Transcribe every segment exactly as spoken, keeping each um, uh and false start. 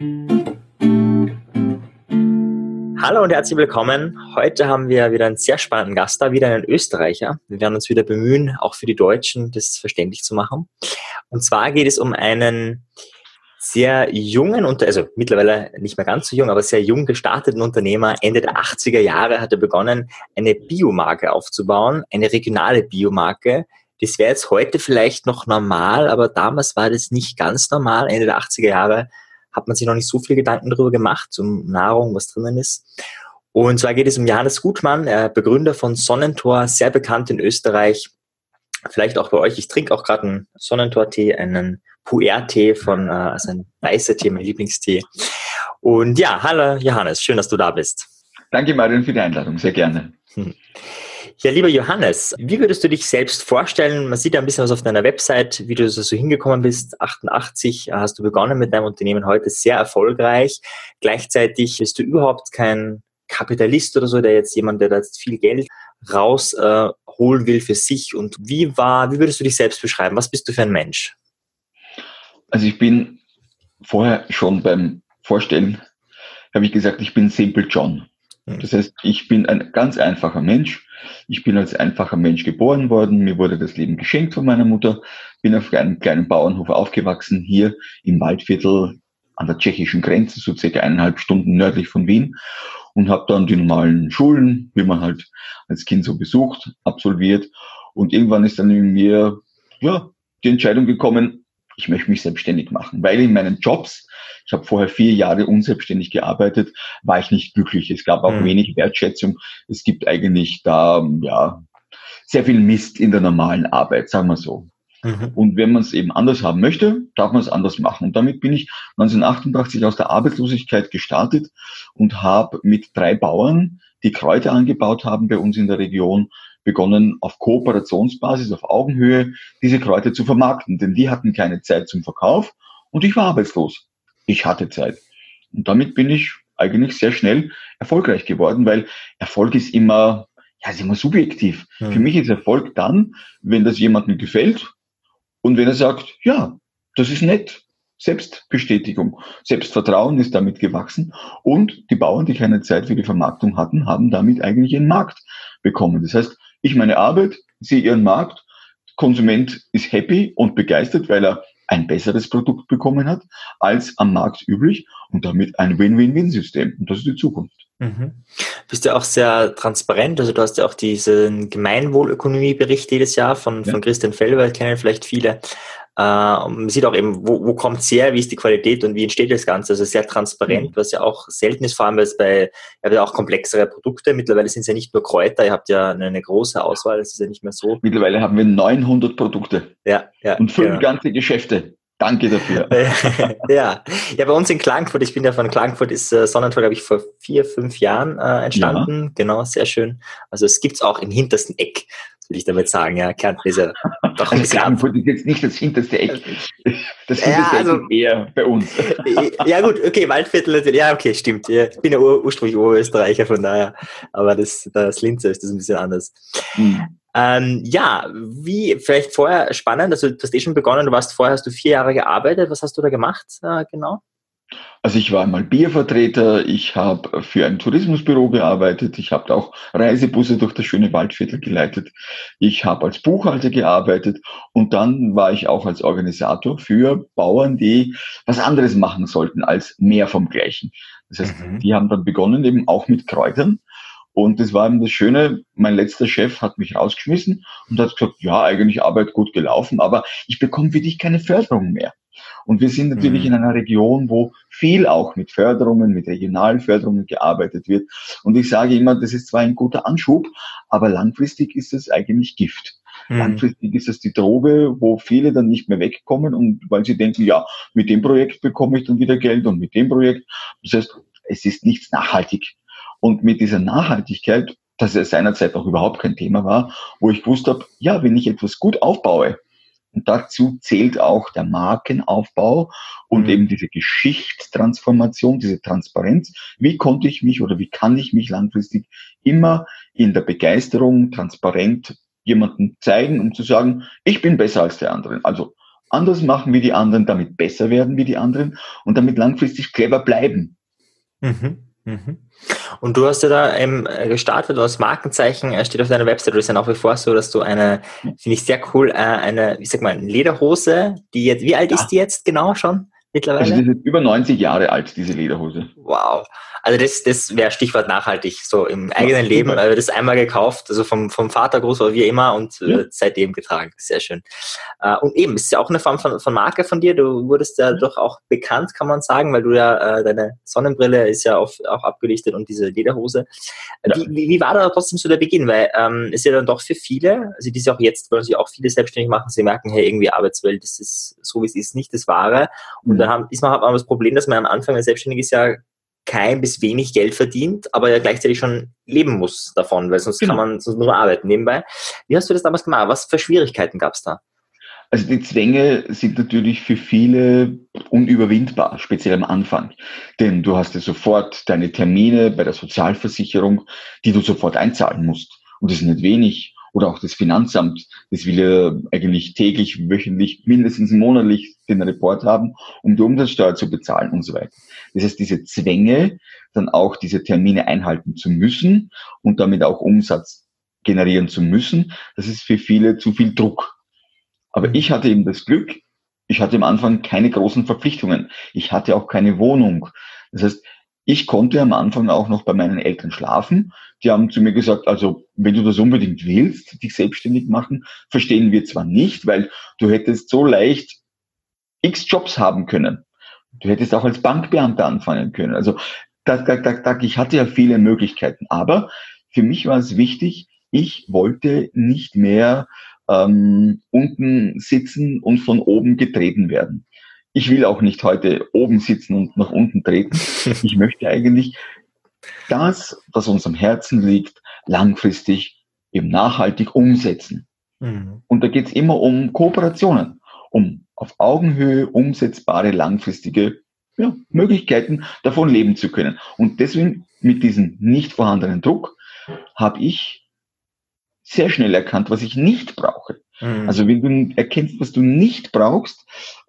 Hallo und herzlich willkommen. Heute haben wir wieder einen sehr spannenden Gast da, wieder einen Österreicher. Wir werden uns wieder bemühen, auch für die Deutschen das verständlich zu machen. Und zwar geht es um einen sehr jungen, also mittlerweile nicht mehr ganz so jung, aber sehr jung gestarteten Unternehmer. Ende der achtziger Jahre hat er begonnen, eine Biomarke aufzubauen, eine regionale Biomarke. Das wäre jetzt heute vielleicht noch normal, aber damals war das nicht ganz normal. Ende der achtziger Jahre hat man sich noch nicht so viel Gedanken darüber gemacht, um Nahrung, was drinnen ist. Und zwar geht es um Johannes Gutmann, äh, Begründer von Sonnentor, sehr bekannt in Österreich. Vielleicht auch bei euch. Ich trinke auch gerade einen Sonnentor-Tee, einen Pu'er-Tee von, äh, also ein weißer Tee, mein Lieblingstee. Und ja, hallo Johannes, schön, dass du da bist. Danke Marion für die Einladung, sehr gerne. Hm. Ja, lieber Johannes, wie würdest du dich selbst vorstellen? Man sieht ja ein bisschen was auf deiner Website, wie du so hingekommen bist. achtundachtzig hast du begonnen mit deinem Unternehmen, heute sehr erfolgreich. Gleichzeitig bist du überhaupt kein Kapitalist oder so, der jetzt jemand, der da jetzt viel Geld rausholen äh, will für sich. Und wie war, wie würdest du dich selbst beschreiben? Was bist du für ein Mensch? Also ich bin vorher schon beim Vorstellen, habe ich gesagt, ich bin Simple John. Das heißt, ich bin ein ganz einfacher Mensch. Ich bin als einfacher Mensch geboren worden. Mir wurde das Leben geschenkt von meiner Mutter. Bin auf einem kleinen Bauernhof aufgewachsen, hier im Waldviertel an der tschechischen Grenze, so circa eineinhalb Stunden nördlich von Wien. Und habe dann die normalen Schulen, wie man halt als Kind so besucht, absolviert. Und irgendwann ist dann in mir ja, die Entscheidung gekommen, ich möchte mich selbstständig machen, weil in meinen Jobs, ich habe vorher vier Jahre unselbstständig gearbeitet, war ich nicht glücklich. Es gab auch mhm. wenig Wertschätzung. Es gibt eigentlich da ja sehr viel Mist in der normalen Arbeit, sagen wir so. Mhm. Und wenn man es eben anders haben möchte, darf man es anders machen. Und damit bin ich neunzehnhundertachtundachtzig aus der Arbeitslosigkeit gestartet und habe mit drei Bauern, die Kräuter angebaut haben bei uns in der Region, begonnen, auf Kooperationsbasis, auf Augenhöhe, diese Kräuter zu vermarkten. Denn die hatten keine Zeit zum Verkauf und ich war arbeitslos. Ich hatte Zeit. Und damit bin ich eigentlich sehr schnell erfolgreich geworden, weil Erfolg ist immer, ja, ist immer subjektiv. Mhm. Für mich ist Erfolg dann, wenn das jemandem gefällt und wenn er sagt, ja, das ist nett. Selbstbestätigung, Selbstvertrauen ist damit gewachsen und die Bauern, die keine Zeit für die Vermarktung hatten, haben damit eigentlich ihren Markt bekommen. Das heißt, ich meine Arbeit, sie ihren Markt, Konsument ist happy und begeistert, weil er ein besseres Produkt bekommen hat als am Markt üblich und damit ein Win-Win-Win-System. Und das ist die Zukunft. Mhm. Du bist ja auch sehr transparent, also du hast ja auch diesen Gemeinwohlökonomie-Bericht jedes Jahr von, ja. von Christian Fellwald, kennen vielleicht viele. Äh, und man sieht auch eben, wo, wo kommt es her, wie ist die Qualität und wie entsteht das Ganze. Also sehr transparent, mhm. was ja auch selten ist, vor allem weil es bei, ihr habt ja auch komplexere Produkte. Mittlerweile sind es ja nicht nur Kräuter, ihr habt ja eine, eine große Auswahl, das ist ja nicht mehr so. Mittlerweile haben wir neunhundert Produkte ja, ja, und fünf genau. ganze Geschäfte. Danke dafür. ja. ja, bei uns in Klagenfurt, ich bin ja von Klagenfurt, ist äh, Sonnentor, glaube ich, vor vier, fünf Jahren äh, entstanden. Ja. Genau, sehr schön. Also es gibt's auch im hintersten Eck, will ich damit sagen. Ja, Kärnten ist ja doch ein also Klagenfurt ist jetzt nicht das hinterste Eck. Das hinterste ja, also, Eck ist eher bei uns. ja gut, okay, Waldviertel natürlich. Ja, okay, stimmt. Ich bin ja ur- ursprünglich Urösterreicher, von daher. Aber das, das Linzer ist das ein bisschen anders. Hm. Ähm, ja, wie, vielleicht vorher spannend, also du hast eh schon begonnen, du warst vorher, hast du vier Jahre gearbeitet, was hast du da gemacht, äh, genau? Also ich war einmal Biervertreter, ich habe für ein Tourismusbüro gearbeitet, ich habe auch Reisebusse durch das schöne Waldviertel geleitet, ich habe als Buchhalter gearbeitet und dann war ich auch als Organisator für Bauern, die was anderes machen sollten als mehr vom Gleichen. Das heißt, mhm. die haben dann begonnen eben auch mit Kräutern. Und das war eben das Schöne, mein letzter Chef hat mich rausgeschmissen und hat gesagt, ja, eigentlich Arbeit gut gelaufen, aber ich bekomme für dich keine Förderung mehr. Und wir sind natürlich mhm. in einer Region, wo viel auch mit Förderungen, mit Regionalförderungen gearbeitet wird. Und ich sage immer, das ist zwar ein guter Anschub, aber langfristig ist es eigentlich Gift. Mhm. Langfristig ist es die Droge, wo viele dann nicht mehr wegkommen und weil sie denken, ja, mit dem Projekt bekomme ich dann wieder Geld und mit dem Projekt. Das heißt, es ist nichts nachhaltig. Und mit dieser Nachhaltigkeit, dass es seinerzeit auch überhaupt kein Thema war, wo ich gewusst habe, ja, wenn ich etwas gut aufbaue, und dazu zählt auch der Markenaufbau und mhm. eben diese Geschichtstransformation, diese Transparenz, wie konnte ich mich oder wie kann ich mich langfristig immer in der Begeisterung transparent jemanden zeigen, um zu sagen, ich bin besser als der andere. Also anders machen wie die anderen, damit besser werden wie die anderen und damit langfristig clever bleiben. Mhm. Mhm. Und du hast ja da ähm, gestartet als Markenzeichen, äh, steht auf deiner Website, oder ist ja nach wie vor so, dass du eine, finde ich sehr cool, äh, eine, wie sag mal, Lederhose, die jetzt, wie alt Ja. ist die jetzt genau schon mittlerweile? Also die ist über neunzig Jahre alt, diese Lederhose. Wow. Also das, das wäre Stichwort nachhaltig, so im eigenen Ja, Leben, super. äh, das einmal gekauft, also vom, vom Vater groß oder wie immer und Ja. äh, seitdem getragen. Sehr schön. Äh, und eben, es ist ja auch eine Form von, von Marke von dir. Du wurdest ja doch auch bekannt, kann man sagen, weil du ja, äh, deine Sonnenbrille ist ja auf, auch abgelichtet und diese Lederhose. Ja. Wie, wie, wie war da trotzdem so der Beginn? Weil ähm, ist ja dann doch für viele, also die sich auch jetzt, wollen sich auch viele selbstständig machen, sie merken, hey, irgendwie Arbeitswelt, das ist so wie es ist, nicht das Wahre. Und Mhm. dann haben, ist man, hat man das Problem, dass man am Anfang als Selbstständig ist ja kein bis wenig Geld verdient, aber ja gleichzeitig schon leben muss davon, weil sonst Genau. kann man, sonst muss man arbeiten nebenbei. Wie hast du das damals gemacht? Was für Schwierigkeiten gab es da? Also die Zwänge sind natürlich für viele unüberwindbar, speziell am Anfang. Denn du hast ja sofort deine Termine bei der Sozialversicherung, die du sofort einzahlen musst. Und das ist nicht wenig. Oder auch das Finanzamt, das will ja eigentlich täglich, wöchentlich, mindestens monatlich den Report haben, um die Umsatzsteuer zu bezahlen und so weiter. Das heißt, diese Zwänge, dann auch diese Termine einhalten zu müssen und damit auch Umsatz generieren zu müssen, das ist für viele zu viel Druck. Aber ich hatte eben das Glück, ich hatte am Anfang keine großen Verpflichtungen. Ich hatte auch keine Wohnung. Das heißt, ich konnte am Anfang auch noch bei meinen Eltern schlafen. Die haben zu mir gesagt, also wenn du das unbedingt willst, dich selbstständig machen, verstehen wir zwar nicht, weil du hättest so leicht x Jobs haben können. Du hättest auch als Bankbeamter anfangen können. Also da, da, da, da, ich hatte ja viele Möglichkeiten. Aber für mich war es wichtig, ich wollte nicht mehr ähm, unten sitzen und von oben getreten werden. Ich will auch nicht heute oben sitzen und nach unten treten. Ich möchte eigentlich das, was uns am Herzen liegt, langfristig eben nachhaltig umsetzen. Mhm. Und da geht es immer um Kooperationen, um auf Augenhöhe umsetzbare langfristige ja, Möglichkeiten, davon leben zu können. Und deswegen mit diesem nicht vorhandenen Druck habe ich sehr schnell erkannt, was ich nicht brauche. Mhm. Also wenn du erkennst, was du nicht brauchst,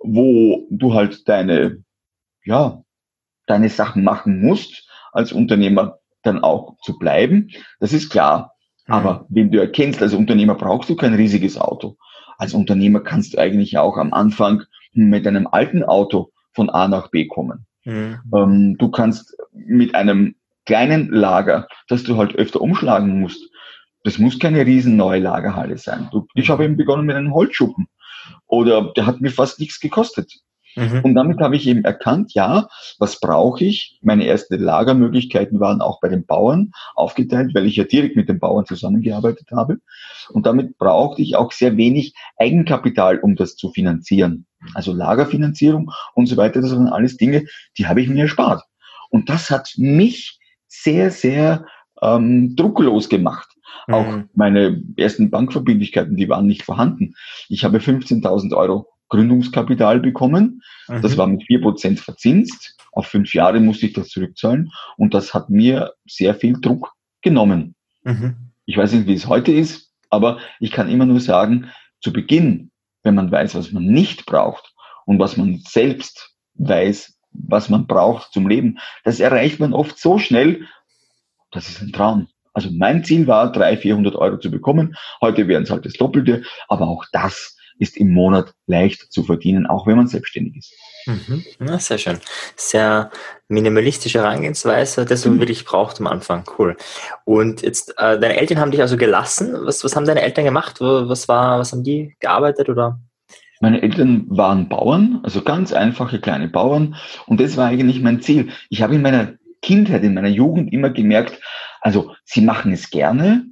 wo du halt deine, ja, deine Sachen machen musst, als Unternehmer dann auch zu bleiben, das ist klar. Mhm. Aber wenn du erkennst, als Unternehmer brauchst du kein riesiges Auto. Als Unternehmer kannst du eigentlich auch am Anfang mit einem alten Auto von A nach B kommen. Mhm. Ähm, du kannst mit einem kleinen Lager, das du halt öfter umschlagen musst, das muss keine riesen neue Lagerhalle sein. Du, ich habe eben begonnen mit einem Holzschuppen oder der hat mir fast nichts gekostet. Mhm. Und damit habe ich eben erkannt, ja, was brauche ich? Meine ersten Lagermöglichkeiten waren auch bei den Bauern aufgeteilt, weil ich ja direkt mit den Bauern zusammengearbeitet habe. Und damit brauchte ich auch sehr wenig Eigenkapital, um das zu finanzieren. Also Lagerfinanzierung und so weiter, das waren alles Dinge, die habe ich mir erspart. Und das hat mich sehr, sehr ähm, drucklos gemacht. Mhm. Auch meine ersten Bankverbindlichkeiten, die waren nicht vorhanden. Ich habe fünfzehntausend Euro Gründungskapital bekommen. Mhm. Das war mit vier Prozent verzinst. Auf fünf Jahre musste ich das zurückzahlen. Und das hat mir sehr viel Druck genommen. Mhm. Ich weiß nicht, wie es heute ist, aber ich kann immer nur sagen, zu Beginn, wenn man weiß, was man nicht braucht und was man selbst weiß, was man braucht zum Leben, das erreicht man oft so schnell, das ist ein Traum. Also mein Ziel war, dreihundert, vierhundert Euro zu bekommen. Heute wären es halt das Doppelte, aber auch das ist im Monat leicht zu verdienen, auch wenn man selbstständig ist. Mhm. Ja, sehr schön. Sehr minimalistische Herangehensweise, das man mhm. wirklich braucht am Anfang. Cool. Und jetzt, äh, deine Eltern haben dich also gelassen. Was, was haben deine Eltern gemacht? Was war, was haben die gearbeitet oder? Meine Eltern waren Bauern, also ganz einfache kleine Bauern. Und das war eigentlich mein Ziel. Ich habe in meiner Kindheit, in meiner Jugend immer gemerkt, also sie machen es gerne,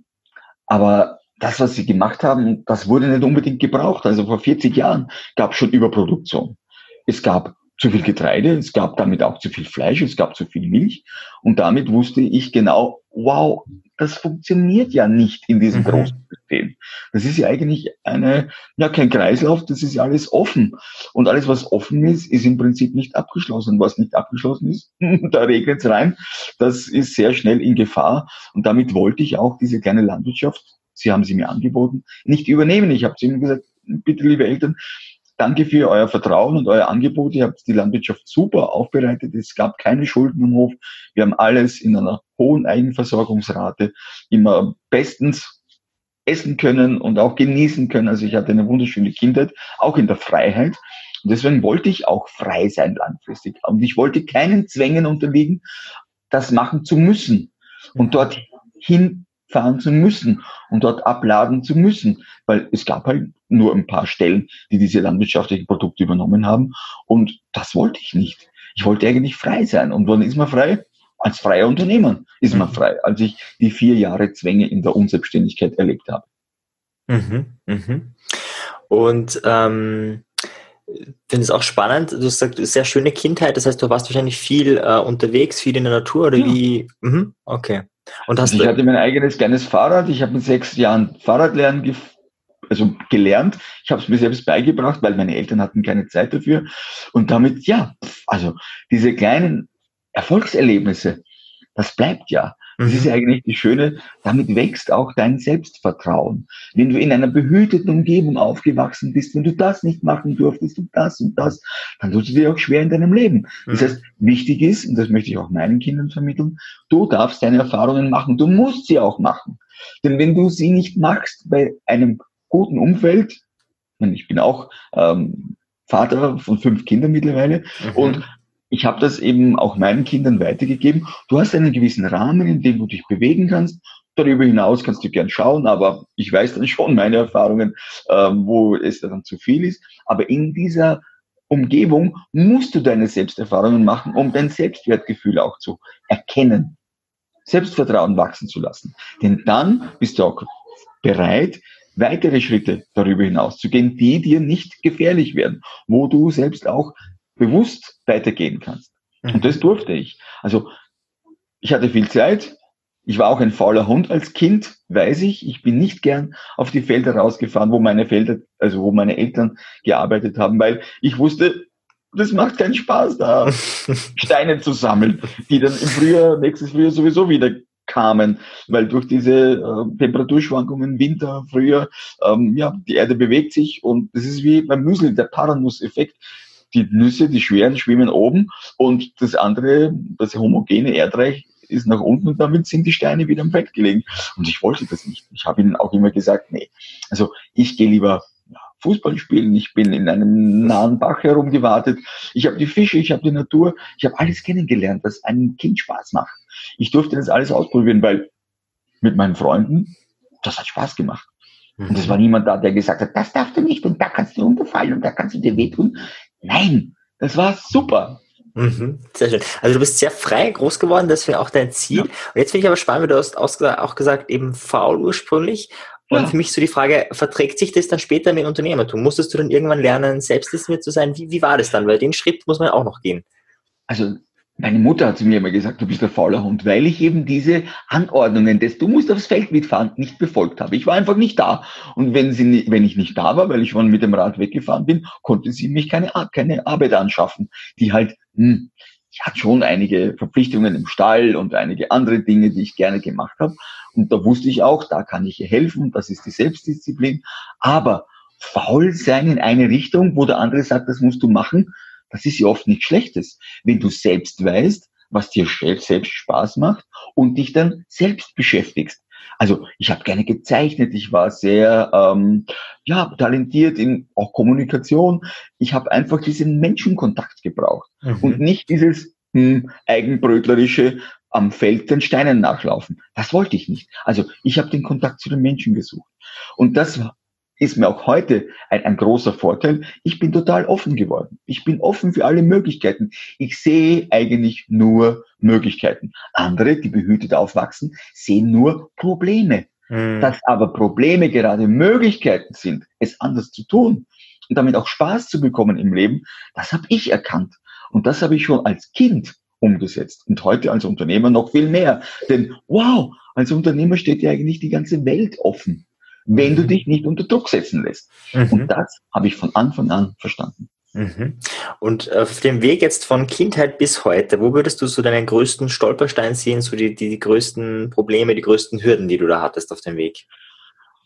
aber das, was sie gemacht haben, das wurde nicht unbedingt gebraucht. Also vor vierzig Jahren gab es schon Überproduktion. Es gab zu viel Getreide, es gab damit auch zu viel Fleisch, es gab zu viel Milch. Und damit wusste ich genau, wow, das funktioniert ja nicht in diesem mhm. großen System. Das ist ja eigentlich eine, ja, kein Kreislauf, das ist ja alles offen. Und alles, was offen ist, ist im Prinzip nicht abgeschlossen. Was nicht abgeschlossen ist, da regnet es rein, das ist sehr schnell in Gefahr. Und damit wollte ich auch diese kleine Landwirtschaft, sie haben sie mir angeboten, nicht übernehmen. Ich habe zu ihnen gesagt, bitte, liebe Eltern, danke für euer Vertrauen und euer Angebot. Ihr habt die Landwirtschaft super aufbereitet. Es gab keine Schulden im Hof. Wir haben alles in einer hohen Eigenversorgungsrate immer bestens essen können und auch genießen können. Also ich hatte eine wunderschöne Kindheit, auch in der Freiheit. Und deswegen wollte ich auch frei sein langfristig. Und ich wollte keinen Zwängen unterliegen, das machen zu müssen und dort hinfahren zu müssen und dort abladen zu müssen, weil es gab halt nur ein paar Stellen, die diese landwirtschaftlichen Produkte übernommen haben und das wollte ich nicht. Ich wollte eigentlich frei sein und wann ist man frei? Als freier Unternehmer ist man frei, als ich die vier Jahre Zwänge in der Unselbstständigkeit erlebt habe. Mhm, mhm. Und ähm finde es auch spannend. Du sagst, sehr schöne Kindheit. Das heißt, du warst wahrscheinlich viel äh, unterwegs, viel in der Natur oder ja. wie? Mhm. Okay. Und hast also ich hatte mein eigenes kleines Fahrrad. Ich habe mit sechs Jahren Fahrradlernen ge- also gelernt. Ich habe es mir selbst beigebracht, weil meine Eltern hatten keine Zeit dafür. Und damit, ja, also diese kleinen Erfolgserlebnisse, das bleibt ja. Das ist ja eigentlich das Schöne, damit wächst auch dein Selbstvertrauen. Wenn du in einer behüteten Umgebung aufgewachsen bist, wenn du das nicht machen durftest und das und das, dann tut es dir auch schwer in deinem Leben. Das heißt, wichtig ist, und das möchte ich auch meinen Kindern vermitteln, du darfst deine Erfahrungen machen, du musst sie auch machen. Denn wenn du sie nicht machst bei einem guten Umfeld, und ich bin auch ähm, Vater von fünf Kindern mittlerweile, mhm. und ich habe das eben auch meinen Kindern weitergegeben. Du hast einen gewissen Rahmen, in dem du dich bewegen kannst. Darüber hinaus kannst du gern schauen, aber ich weiß dann schon meine Erfahrungen, ähm, wo es dann zu viel ist. Aber in dieser Umgebung musst du deine Selbsterfahrungen machen, um dein Selbstwertgefühl auch zu erkennen, Selbstvertrauen wachsen zu lassen. Denn dann bist du auch bereit, weitere Schritte darüber hinaus zu gehen, die dir nicht gefährlich werden, wo du selbst auch bewusst weitergehen kannst. Mhm. Und das durfte ich. Also ich hatte viel Zeit. Ich war auch ein fauler Hund als Kind, weiß ich. Ich bin nicht gern auf die Felder rausgefahren, wo meine Felder, also wo meine Eltern gearbeitet haben, weil ich wusste, das macht keinen Spaß, da Steine zu sammeln, die dann im Frühjahr, nächstes Frühjahr sowieso wieder kamen, weil durch diese äh, Temperaturschwankungen, Winter, Frühjahr, ähm, ja, die Erde bewegt sich und das ist wie beim Müsli, der Paranuss-Effekt. Die Nüsse, die schweren, schwimmen oben und das andere, das homogene Erdreich ist nach unten und damit sind die Steine wieder am Feld gelegen. Und ich wollte das nicht. Ich habe ihnen auch immer gesagt, nee, also ich gehe lieber ja, Fußball spielen, ich bin in einem nahen Bach herumgewartet, ich habe die Fische, ich habe die Natur, ich habe alles kennengelernt, was einem Kind Spaß macht. Ich durfte das alles ausprobieren, weil mit meinen Freunden, das hat Spaß gemacht. Und es war niemand da, der gesagt hat, das darfst du nicht und da kannst du umfallen und da kannst du dir wehtun. Nein, das war super. Mhm, sehr schön. Also du bist sehr frei groß geworden, das wäre auch dein Ziel. Ja. Und jetzt finde ich aber spannend, weil du hast auch gesagt, eben faul ursprünglich. Und ja. für mich so die Frage, verträgt sich das dann später mit Unternehmertum? Musstest du dann irgendwann lernen, selbstdiszipliniert zu sein? Wie, wie war das dann? Weil den Schritt muss man auch noch gehen. Also meine Mutter hat zu mir immer gesagt, du bist ein fauler Hund, weil ich eben diese Anordnungen des, du musst aufs Feld mitfahren, nicht befolgt habe. Ich war einfach nicht da. Und wenn sie, wenn ich nicht da war, weil ich schon mit dem Rad weggefahren bin, konnte sie mich keine, keine Arbeit anschaffen, die halt, hm, ich hatte schon einige Verpflichtungen im Stall und einige andere Dinge, die ich gerne gemacht habe. Und da wusste ich auch, da kann ich ihr helfen, das ist die Selbstdisziplin. Aber faul sein in eine Richtung, wo der andere sagt, das musst du machen, das ist ja oft nichts Schlechtes, wenn du selbst weißt, was dir selbst Spaß macht und dich dann selbst beschäftigst. Also ich habe gerne gezeichnet, ich war sehr ähm, ja talentiert in auch Kommunikation. Ich habe einfach diesen Menschenkontakt gebraucht mhm. und nicht dieses hm, eigenbrötlerische am Feld den Steinen nachlaufen. Das wollte ich nicht. Also ich habe den Kontakt zu den Menschen gesucht. Und das ist mir auch heute ein, ein großer Vorteil. Ich bin total offen geworden. Ich bin offen für alle Möglichkeiten. Ich sehe eigentlich nur Möglichkeiten. Andere, die behütet aufwachsen, sehen nur Probleme. Mhm. Dass aber Probleme gerade Möglichkeiten sind, es anders zu tun und damit auch Spaß zu bekommen im Leben, das habe ich erkannt. Und das habe ich schon als Kind umgesetzt. Und heute als Unternehmer noch viel mehr. Denn wow, als Unternehmer steht dir eigentlich die ganze Welt offen, wenn du dich nicht unter Druck setzen lässt. Mhm. Und das habe ich von Anfang an verstanden. Mhm. Und auf dem Weg jetzt von Kindheit bis heute, wo würdest du so deinen größten Stolperstein sehen, so die, die, die größten Probleme, die größten Hürden, die du da hattest auf dem Weg?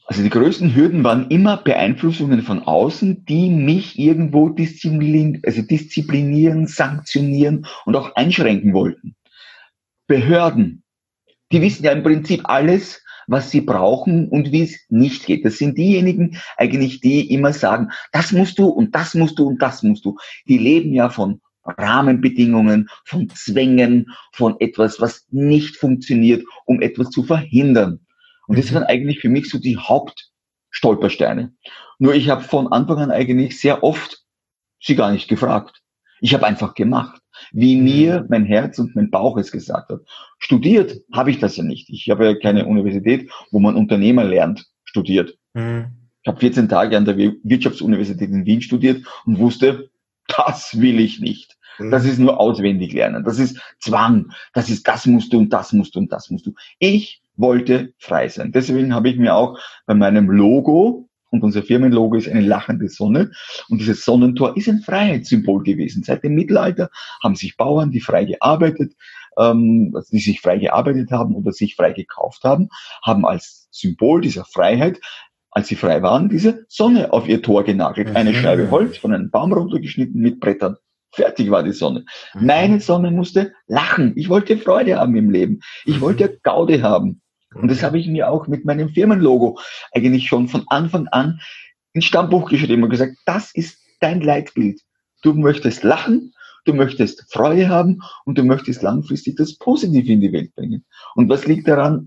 Also die größten Hürden waren immer Beeinflussungen von außen, die mich irgendwo disziplin, also disziplinieren, sanktionieren und auch einschränken wollten. Behörden, die wissen ja im Prinzip alles, was sie brauchen und wie es nicht geht. Das sind diejenigen eigentlich, die immer sagen, das musst du und das musst du und das musst du. Die leben ja von Rahmenbedingungen, von Zwängen, von etwas, was nicht funktioniert, um etwas zu verhindern. Und das waren eigentlich für mich so die Hauptstolpersteine. Nur ich habe von Anfang an eigentlich sehr oft sie gar nicht gefragt. Ich habe einfach gemacht, wie mir mein Herz und mein Bauch es gesagt hat. Studiert habe ich das ja nicht. Ich habe ja keine Universität, wo man Unternehmer lernt, studiert. Mhm. Ich habe vierzehn Tage an der Wirtschaftsuniversität in Wien studiert und wusste, das will ich nicht. Das ist nur auswendig lernen. Das ist Zwang. Das ist, das musst du und das musst du und das musst du. Ich wollte frei sein. Deswegen habe ich mir auch bei meinem Logo, und unser Firmenlogo ist eine lachende Sonne, und dieses Sonnentor ist ein Freiheitssymbol gewesen. Seit dem Mittelalter haben sich Bauern, die frei gearbeitet, ähm, die sich frei gearbeitet haben oder sich frei gekauft haben, haben als Symbol dieser Freiheit, als sie frei waren, diese Sonne auf ihr Tor genagelt. Mhm. Eine Scheibe Holz von einem Baum runtergeschnitten mit Brettern. Fertig war die Sonne. Mhm. Meine Sonne musste lachen. Ich wollte Freude haben im Leben. Ich wollte Gaude haben. Und das habe ich mir auch mit meinem Firmenlogo eigentlich schon von Anfang an ins Stammbuch geschrieben und gesagt, das ist dein Leitbild. Du möchtest lachen, du möchtest Freude haben und du möchtest langfristig das Positive in die Welt bringen. Und was liegt daran,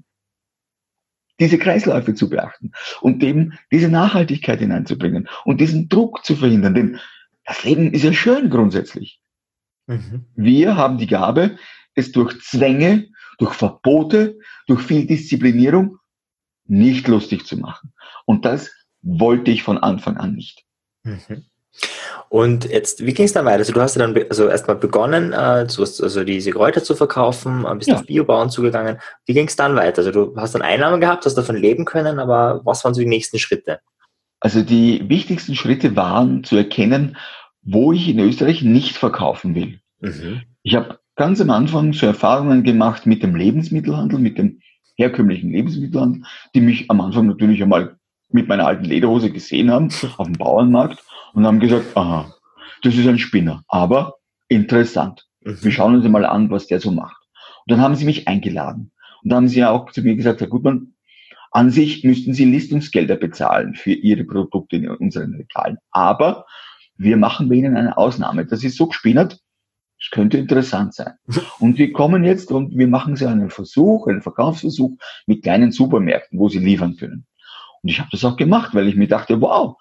diese Kreisläufe zu beachten und eben diese Nachhaltigkeit hineinzubringen und diesen Druck zu verhindern? Denn das Leben ist ja schön grundsätzlich. Mhm. Wir haben die Gabe, es durch Zwänge, durch Verbote, durch viel Disziplinierung nicht lustig zu machen. Und das wollte ich von Anfang an nicht. Mhm. Und jetzt, wie ging es dann weiter? Also du hast ja dann be- also erstmal begonnen, äh, zu, also diese Kräuter zu verkaufen, äh, bist ja. auf Biobauern zugegangen. Wie ging es dann weiter? Also du hast dann Einnahmen gehabt, hast davon leben können, aber was waren so die nächsten Schritte? Also die wichtigsten Schritte waren zu erkennen, wo ich in Österreich nicht verkaufen will. Mhm. Ich habe ganz am Anfang so Erfahrungen gemacht mit dem Lebensmittelhandel, mit dem herkömmlichen Lebensmittelhandel, die mich am Anfang natürlich einmal mit meiner alten Lederhose gesehen haben auf dem Bauernmarkt und haben gesagt, aha, das ist ein Spinner, aber interessant. Mhm. Wir schauen uns mal an, was der so macht. Und dann haben sie mich eingeladen. Und dann haben sie ja auch zu mir gesagt, Herr Gutmann, an sich müssten Sie Listungsgelder bezahlen für Ihre Produkte in unseren Regalen. Aber wir machen bei Ihnen eine Ausnahme. Das ist so gespinnert, das könnte interessant sein. Und wir kommen jetzt und wir machen Sie einen Versuch, einen Verkaufsversuch mit kleinen Supermärkten, wo Sie liefern können. Und ich habe das auch gemacht, weil ich mir dachte, wow,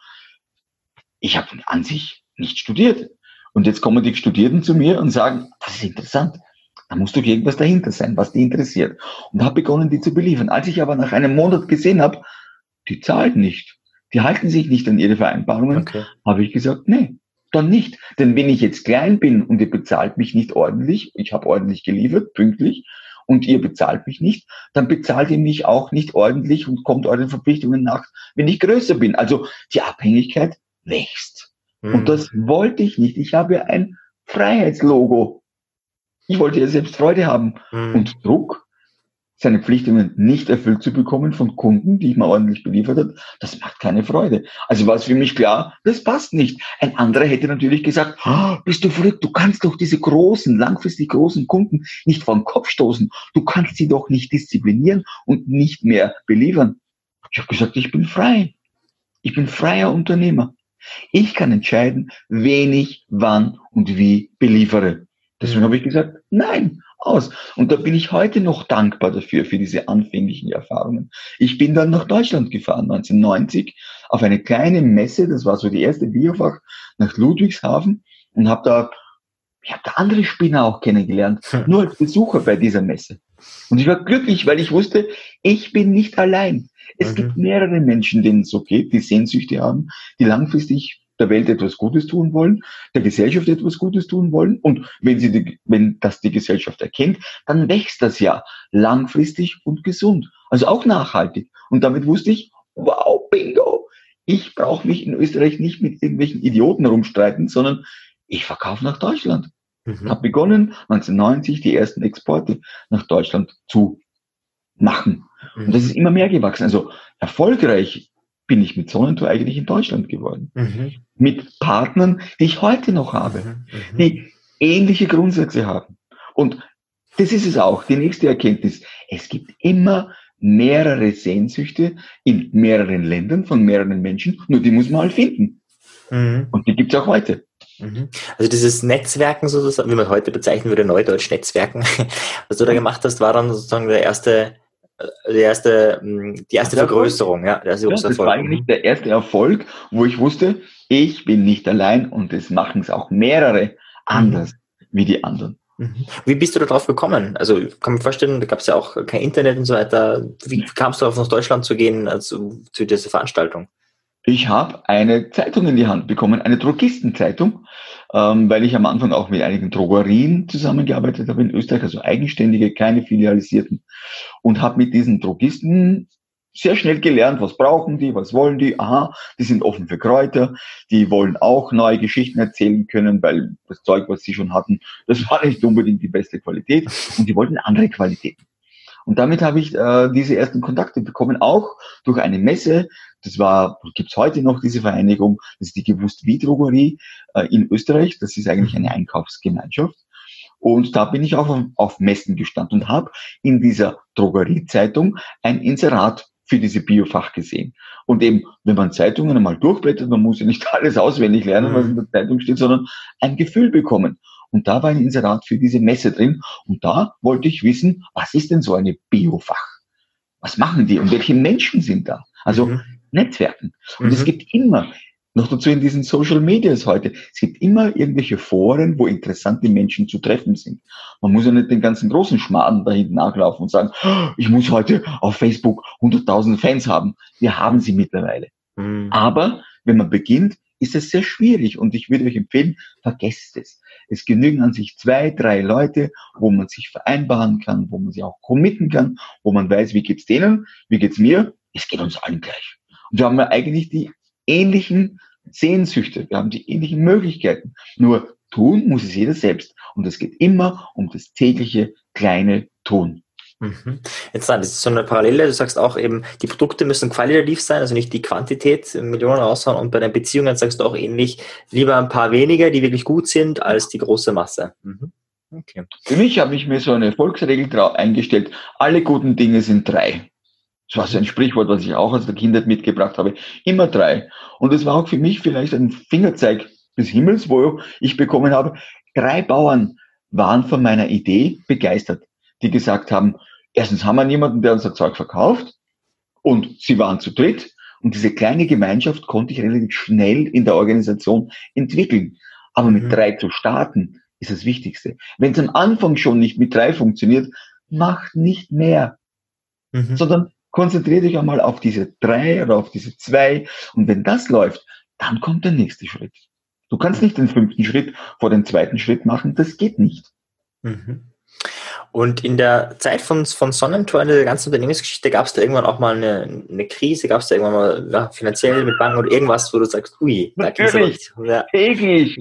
ich habe an sich nicht studiert. Und jetzt kommen die Studierten zu mir und sagen, das ist interessant. Da muss doch irgendwas dahinter sein, was die interessiert. Und habe begonnen, die zu beliefern. Als ich aber nach einem Monat gesehen habe, die zahlen nicht, die halten sich nicht an ihre Vereinbarungen, okay. habe ich gesagt, nee, dann nicht. Denn wenn ich jetzt klein bin und ihr bezahlt mich nicht ordentlich, ich habe ordentlich geliefert, pünktlich, und ihr bezahlt mich nicht, dann bezahlt ihr mich auch nicht ordentlich und kommt euren Verpflichtungen nach, wenn ich größer bin. Also die Abhängigkeit wächst. Mhm. Und das wollte ich nicht. Ich habe ein Freiheitslogo. Ich wollte ja selbst Freude haben. Mhm. Und Druck, seine Pflichtungen nicht erfüllt zu bekommen von Kunden, die ich mal ordentlich beliefert habe, das macht keine Freude. Also war es für mich klar, das passt nicht. Ein anderer hätte natürlich gesagt, oh, bist du verrückt, du kannst doch diese großen, langfristig großen Kunden nicht vor den Kopf stoßen. Du kannst sie doch nicht disziplinieren und nicht mehr beliefern. Ich habe gesagt, ich bin frei. Ich bin freier Unternehmer. Ich kann entscheiden, wen ich, wann und wie beliefere. Deswegen habe ich gesagt, nein, aus. Und da bin ich heute noch dankbar dafür, für diese anfänglichen Erfahrungen. Ich bin dann nach Deutschland gefahren, neunzehnhundertneunzig, auf eine kleine Messe, das war so die erste Biofach, nach Ludwigshafen und habe da, ich habe da andere Spinner auch kennengelernt, hm. nur als Besucher bei dieser Messe. Und ich war glücklich, weil ich wusste, ich bin nicht allein. Es mhm. gibt mehrere Menschen, denen es so geht, die Sehnsüchte haben, die langfristig der Welt etwas Gutes tun wollen, der Gesellschaft etwas Gutes tun wollen. Und wenn sie die, wenn das die Gesellschaft erkennt, dann wächst das ja langfristig und gesund. Also auch nachhaltig. Und damit wusste ich, wow, bingo, ich brauche mich in Österreich nicht mit irgendwelchen Idioten rumstreiten, sondern ich verkaufe nach Deutschland. Mhm. Habe begonnen, neunzehnhundertneunzig die ersten Exporte nach Deutschland zu machen. Mhm. Und das ist immer mehr gewachsen. Also erfolgreich bin ich mit Sonnentor eigentlich in Deutschland geworden. Mhm. Mit Partnern, die ich heute noch habe, Mhm. die ähnliche Grundsätze haben. Und das ist es auch, die nächste Erkenntnis. Es gibt immer mehrere Sehnsüchte in mehreren Ländern von mehreren Menschen, nur die muss man halt finden. Mhm. Und die gibt es auch heute. Mhm. Also dieses Netzwerken sozusagen, wie man heute bezeichnen würde, Neudeutsch Netzwerken, was du da gemacht hast, war dann sozusagen der erste, die erste, die erste Vergrößerung, ja, der erste Ja, große das war Erfolg. eigentlich der erste Erfolg, wo ich wusste, ich bin nicht allein und es machen es auch mehrere anders Mhm. wie die anderen. Mhm. Wie bist du da drauf gekommen? Also ich kann mir vorstellen, da gab es ja auch kein Internet und so weiter. Wie kamst du darauf, nach Deutschland zu gehen, also zu dieser Veranstaltung? Ich habe eine Zeitung in die Hand bekommen, eine Drogistenzeitung, ähm, weil ich am Anfang auch mit einigen Drogerien zusammengearbeitet habe in Österreich, also eigenständige, keine filialisierten, und habe mit diesen Drogisten sehr schnell gelernt, was brauchen die, was wollen die, aha, die sind offen für Kräuter, die wollen auch neue Geschichten erzählen können, weil das Zeug, was sie schon hatten, das war nicht unbedingt die beste Qualität und die wollten andere Qualitäten. Und damit habe ich äh, diese ersten Kontakte bekommen, auch durch eine Messe. Das war, gibt's heute noch diese Vereinigung, das ist die Gewusst-Wie-Drogerie äh, in Österreich. Das ist eigentlich eine Einkaufsgemeinschaft. Und da bin ich auch auf, auf Messen gestanden und habe in dieser Drogeriezeitung ein Inserat für diese Biofach gesehen. Und eben, wenn man Zeitungen einmal durchblättert, man muss ja nicht alles auswendig lernen, was in der Zeitung steht, sondern ein Gefühl bekommen. Und da war ein Inserat für diese Messe drin. Und da wollte ich wissen, was ist denn so eine Biofach? Was machen die und welche Menschen sind da? Also Mhm. Netzwerken. Und Mhm. es gibt immer, noch dazu in diesen Social Medias heute, es gibt immer irgendwelche Foren, wo interessante Menschen zu treffen sind. Man muss ja nicht den ganzen großen Schmarrn da hinten nachlaufen und sagen, ich muss heute auf Facebook hunderttausend Fans haben. Wir haben sie mittlerweile. Mhm. Aber wenn man beginnt, ist es sehr schwierig und ich würde euch empfehlen, vergesst es. Es genügen an sich zwei, drei Leute, wo man sich vereinbaren kann, wo man sich auch committen kann, wo man weiß, wie geht's denen, wie geht's mir, es geht uns allen gleich. Und wir haben ja eigentlich die ähnlichen Sehnsüchte, wir haben die ähnlichen Möglichkeiten. Nur tun muss es jeder selbst. Und es geht immer um das tägliche kleine Tun. Mhm. Jetzt das ist so eine Parallele, du sagst auch eben, die Produkte müssen qualitativ sein, also nicht die Quantität, Millionen raushauen, und bei den Beziehungen sagst du auch ähnlich, lieber ein paar weniger, die wirklich gut sind, als die große Masse. Mhm. Okay. Für mich habe ich mir so eine Volksregel eingestellt, alle guten Dinge sind drei. Das war so ein Sprichwort, was ich auch aus der Kindheit mitgebracht habe. Immer drei. Und das war auch für mich vielleicht ein Fingerzeig des Himmels, wo ich bekommen habe, drei Bauern waren von meiner Idee begeistert, die gesagt haben, erstens haben wir niemanden, der unser Zeug verkauft, und sie waren zu dritt. Und diese kleine Gemeinschaft konnte ich relativ schnell in der Organisation entwickeln. Aber mit Mhm. drei zu starten, ist das Wichtigste. Wenn es am Anfang schon nicht mit drei funktioniert, macht nicht mehr, Mhm. sondern konzentriert euch einmal auf diese drei oder auf diese zwei. Und wenn das läuft, dann kommt der nächste Schritt. Du kannst nicht den fünften Schritt vor den zweiten Schritt machen, das geht nicht. Mhm. Und in der Zeit von, von Sonnentor, in der ganzen Unternehmensgeschichte, gab es da irgendwann auch mal eine, eine Krise? Gab es da irgendwann mal ja, finanziell mit Banken oder irgendwas, wo du sagst, ui, da ging es aber nicht. Ja. Täglich.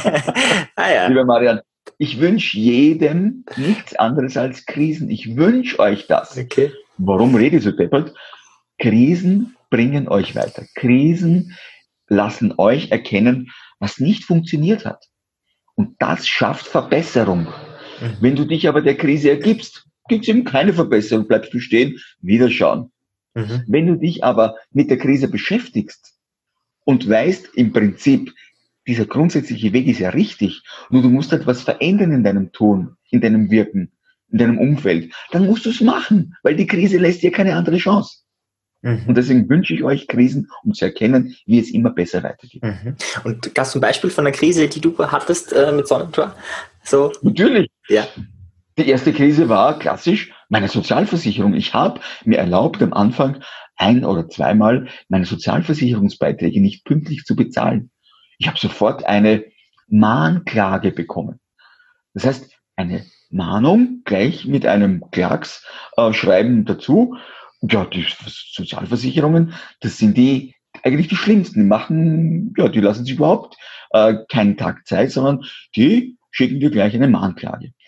ah, ja. Lieber Marian, ich wünsche jedem nichts anderes als Krisen. Ich wünsche euch das. Okay. Warum rede ich so deppert? Krisen bringen euch weiter. Krisen lassen euch erkennen, was nicht funktioniert hat. Und das schafft Verbesserung. Mhm. Wenn du dich aber der Krise ergibst, gibt es eben keine Verbesserung, bleibst du stehen, wieder schauen. Mhm. Wenn du dich aber mit der Krise beschäftigst und weißt im Prinzip, dieser grundsätzliche Weg ist ja richtig, nur du musst etwas verändern in deinem Tun, in deinem Wirken, in deinem Umfeld, dann musst du es machen, weil die Krise lässt dir keine andere Chance. Mhm. Und deswegen wünsche ich euch Krisen, um zu erkennen, wie es immer besser weitergeht. Mhm. Und gab es ein Beispiel von einer Krise, die du hattest äh, mit Sonnentor? So? Natürlich. Ja. Die erste Krise war klassisch meine Sozialversicherung. Ich habe mir erlaubt, am Anfang ein- oder zweimal meine Sozialversicherungsbeiträge nicht pünktlich zu bezahlen. Ich habe sofort eine Mahnklage bekommen. Das heißt, eine Mahnung gleich mit einem Klagsschreiben äh, dazu. Ja, die Sozialversicherungen, das sind die eigentlich die schlimmsten. Die machen, ja, die lassen sich überhaupt äh, keinen Tag Zeit, sondern die schicken dir gleich eine Mahnklage.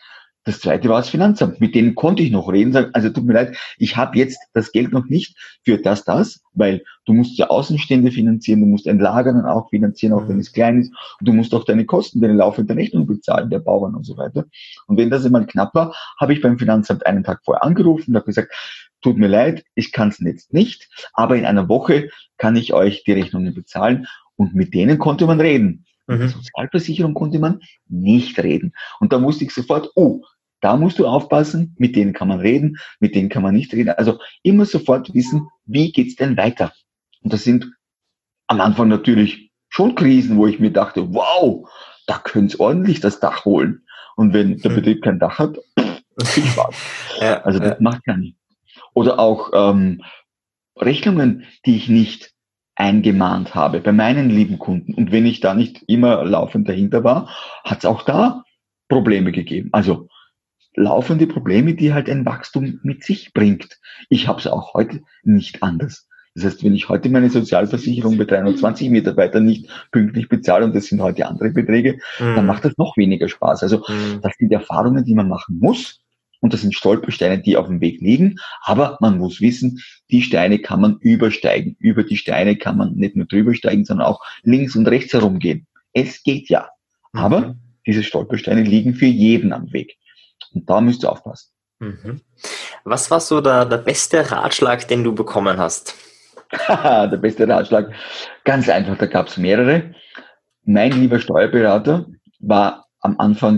Das zweite war das Finanzamt. Mit denen konnte ich noch reden, sagen, also tut mir leid, ich habe jetzt das Geld noch nicht für das, das, weil du musst ja Außenstände finanzieren, du musst ein Lager dann auch finanzieren, auch wenn es klein ist, und du musst auch deine Kosten, deine laufende Rechnung bezahlen, der Bauern und so weiter. Und wenn das einmal knapp war, habe ich beim Finanzamt einen Tag vorher angerufen und habe gesagt, tut mir leid, ich kann es jetzt nicht, aber in einer Woche kann ich euch die Rechnungen bezahlen, und mit denen konnte man reden. Mit der Sozialversicherung konnte man nicht reden. Und da wusste ich sofort, oh, da musst du aufpassen, mit denen kann man reden, mit denen kann man nicht reden. Also immer sofort wissen, wie geht's denn weiter? Und das sind am Anfang natürlich schon Krisen, wo ich mir dachte, wow, da könnt's ordentlich das Dach holen. Und wenn der Betrieb kein Dach hat, pff, viel Spaß. Ja, also das ja. macht gar nicht. Oder auch ähm, Rechnungen, die ich nicht eingemahnt habe bei meinen lieben Kunden. Und wenn ich da nicht immer laufend dahinter war, hat's auch da Probleme gegeben. Also laufende Probleme, die halt ein Wachstum mit sich bringt. Ich habe es auch heute nicht anders. Das heißt, wenn ich heute meine Sozialversicherung bei dreihundertzwanzig Mitarbeitern nicht pünktlich bezahle, und das sind heute andere Beträge, mhm. dann macht das noch weniger Spaß. Also mhm. das sind Erfahrungen, die man machen muss, und das sind Stolpersteine, die auf dem Weg liegen, aber man muss wissen, die Steine kann man übersteigen. Über die Steine kann man nicht nur drüber steigen, sondern auch links und rechts herumgehen. Es geht ja. Mhm. Aber diese Stolpersteine liegen für jeden am Weg. Und da müsst ihr aufpassen. Mhm. Was war so der, der beste Ratschlag, den du bekommen hast? Der beste Ratschlag? Ganz einfach, da gab es mehrere. Mein lieber Steuerberater war am Anfang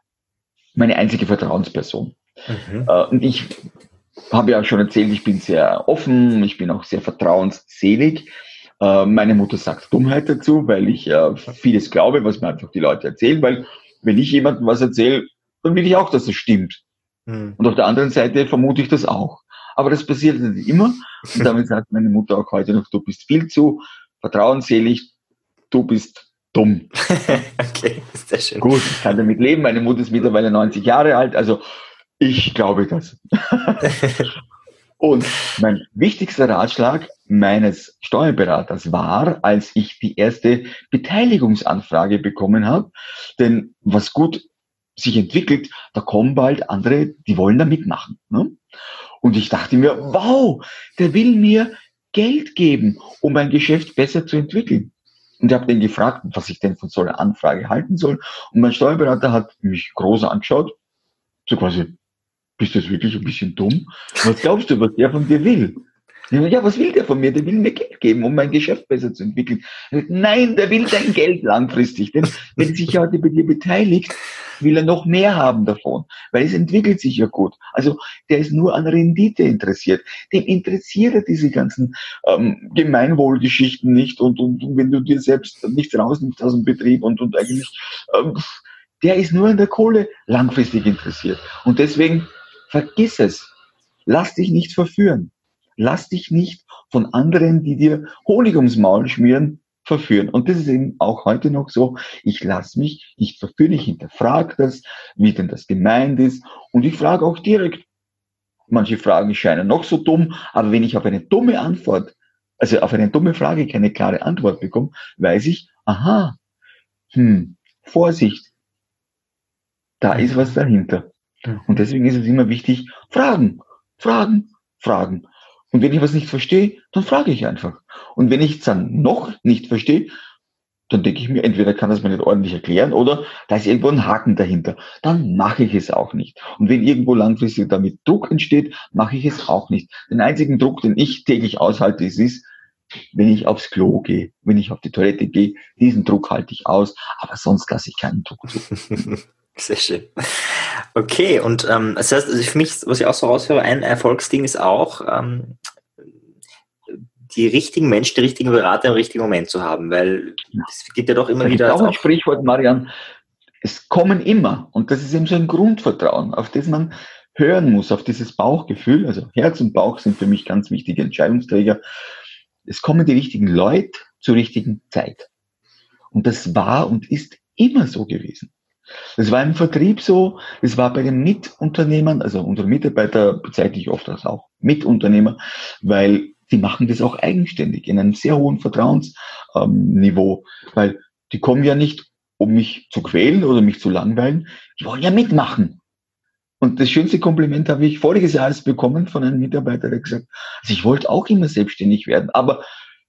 meine einzige Vertrauensperson. Mhm. Und ich habe ja schon erzählt, ich bin sehr offen, ich bin auch sehr vertrauensselig. Meine Mutter sagt Dummheit dazu, weil ich vieles glaube, was mir einfach die Leute erzählen, weil wenn ich jemandem was erzähle, dann will ich auch, dass es stimmt. Mhm. Und auf der anderen Seite vermute ich das auch. Aber das passiert nicht immer. Und damit sagt meine Mutter auch heute noch, du bist viel zu vertrauensselig, du bist dumm. Okay, ist sehr schön. Gut, ich kann damit leben. Meine Mutter ist mittlerweile neunzig Jahre alt, also ich glaube das. Und mein wichtigster Ratschlag meines Steuerberaters war, als ich die erste Beteiligungsanfrage bekommen habe, denn was gut sich entwickelt, da kommen bald andere, die wollen da mitmachen. Ne? Und ich dachte mir, wow, der will mir Geld geben, um mein Geschäft besser zu entwickeln. Und ich habe den gefragt, was ich denn von so einer Anfrage halten soll. Und mein Steuerberater hat mich groß angeschaut, so quasi, bist du jetzt wirklich ein bisschen dumm? Was glaubst du, was der von dir will? Ja, was will der von mir? Der will mir Geld geben, um mein Geschäft besser zu entwickeln. Nein, der will dein Geld langfristig. Denn wenn er sich heute bei dir beteiligt, will er noch mehr haben davon. Weil es entwickelt sich ja gut. Also der ist nur an Rendite interessiert. Dem interessiert diese ganzen ähm, Gemeinwohlgeschichten nicht. Und, und, und wenn du dir selbst nichts rausnimmst aus dem Betrieb und, und eigentlich, ähm, der ist nur an der Kohle langfristig interessiert. Und deswegen vergiss es. Lass dich nicht verführen. Lass dich nicht von anderen, die dir Honig ums Maul schmieren, verführen. Und das ist eben auch heute noch so. Ich lasse mich nicht verführen, ich hinterfrage das, wie denn das gemeint ist. Und ich frage auch direkt. Manche Fragen scheinen noch so dumm, aber wenn ich auf eine dumme Antwort, also auf eine dumme Frage keine klare Antwort bekomme, weiß ich, aha, hm, Vorsicht, da ist was dahinter. Und deswegen ist es immer wichtig, fragen, fragen, fragen. Und wenn ich was nicht verstehe, dann frage ich einfach. Und wenn ich es dann noch nicht verstehe, dann denke ich mir, entweder kann das mir nicht ordentlich erklären oder da ist irgendwo ein Haken dahinter. Dann mache ich es auch nicht. Und wenn irgendwo langfristig damit Druck entsteht, mache ich es auch nicht. Den einzigen Druck, den ich täglich aushalte, ist, ist, wenn ich aufs Klo gehe, wenn ich auf die Toilette gehe, diesen Druck halte ich aus, aber sonst lasse ich keinen Druck zu. Sehr schön. Okay, und ähm, das heißt, also für mich, was ich auch so raushöre, ein Erfolgsding ist auch, ähm, die richtigen Menschen, die richtigen Berater im richtigen Moment zu haben, weil es gibt ja doch immer da wieder... Das ist auch ein Sprichwort, Marian, es kommen immer, und das ist eben so ein Grundvertrauen, auf das man hören muss, auf dieses Bauchgefühl, also Herz und Bauch sind für mich ganz wichtige Entscheidungsträger. Es kommen die richtigen Leute zur richtigen Zeit. Und das war und ist immer so gewesen. Das war im Vertrieb so, das war bei den Mitunternehmern, also unsere Mitarbeiter bezeichne ich oft als auch Mitunternehmer, weil die machen das auch eigenständig in einem sehr hohen Vertrauensniveau, ähm, weil die kommen ja nicht, um mich zu quälen oder mich zu langweilen, die wollen ja mitmachen. Und das schönste Kompliment habe ich voriges Jahr erst bekommen von einem Mitarbeiter, der gesagt, also ich wollte auch immer selbstständig werden, aber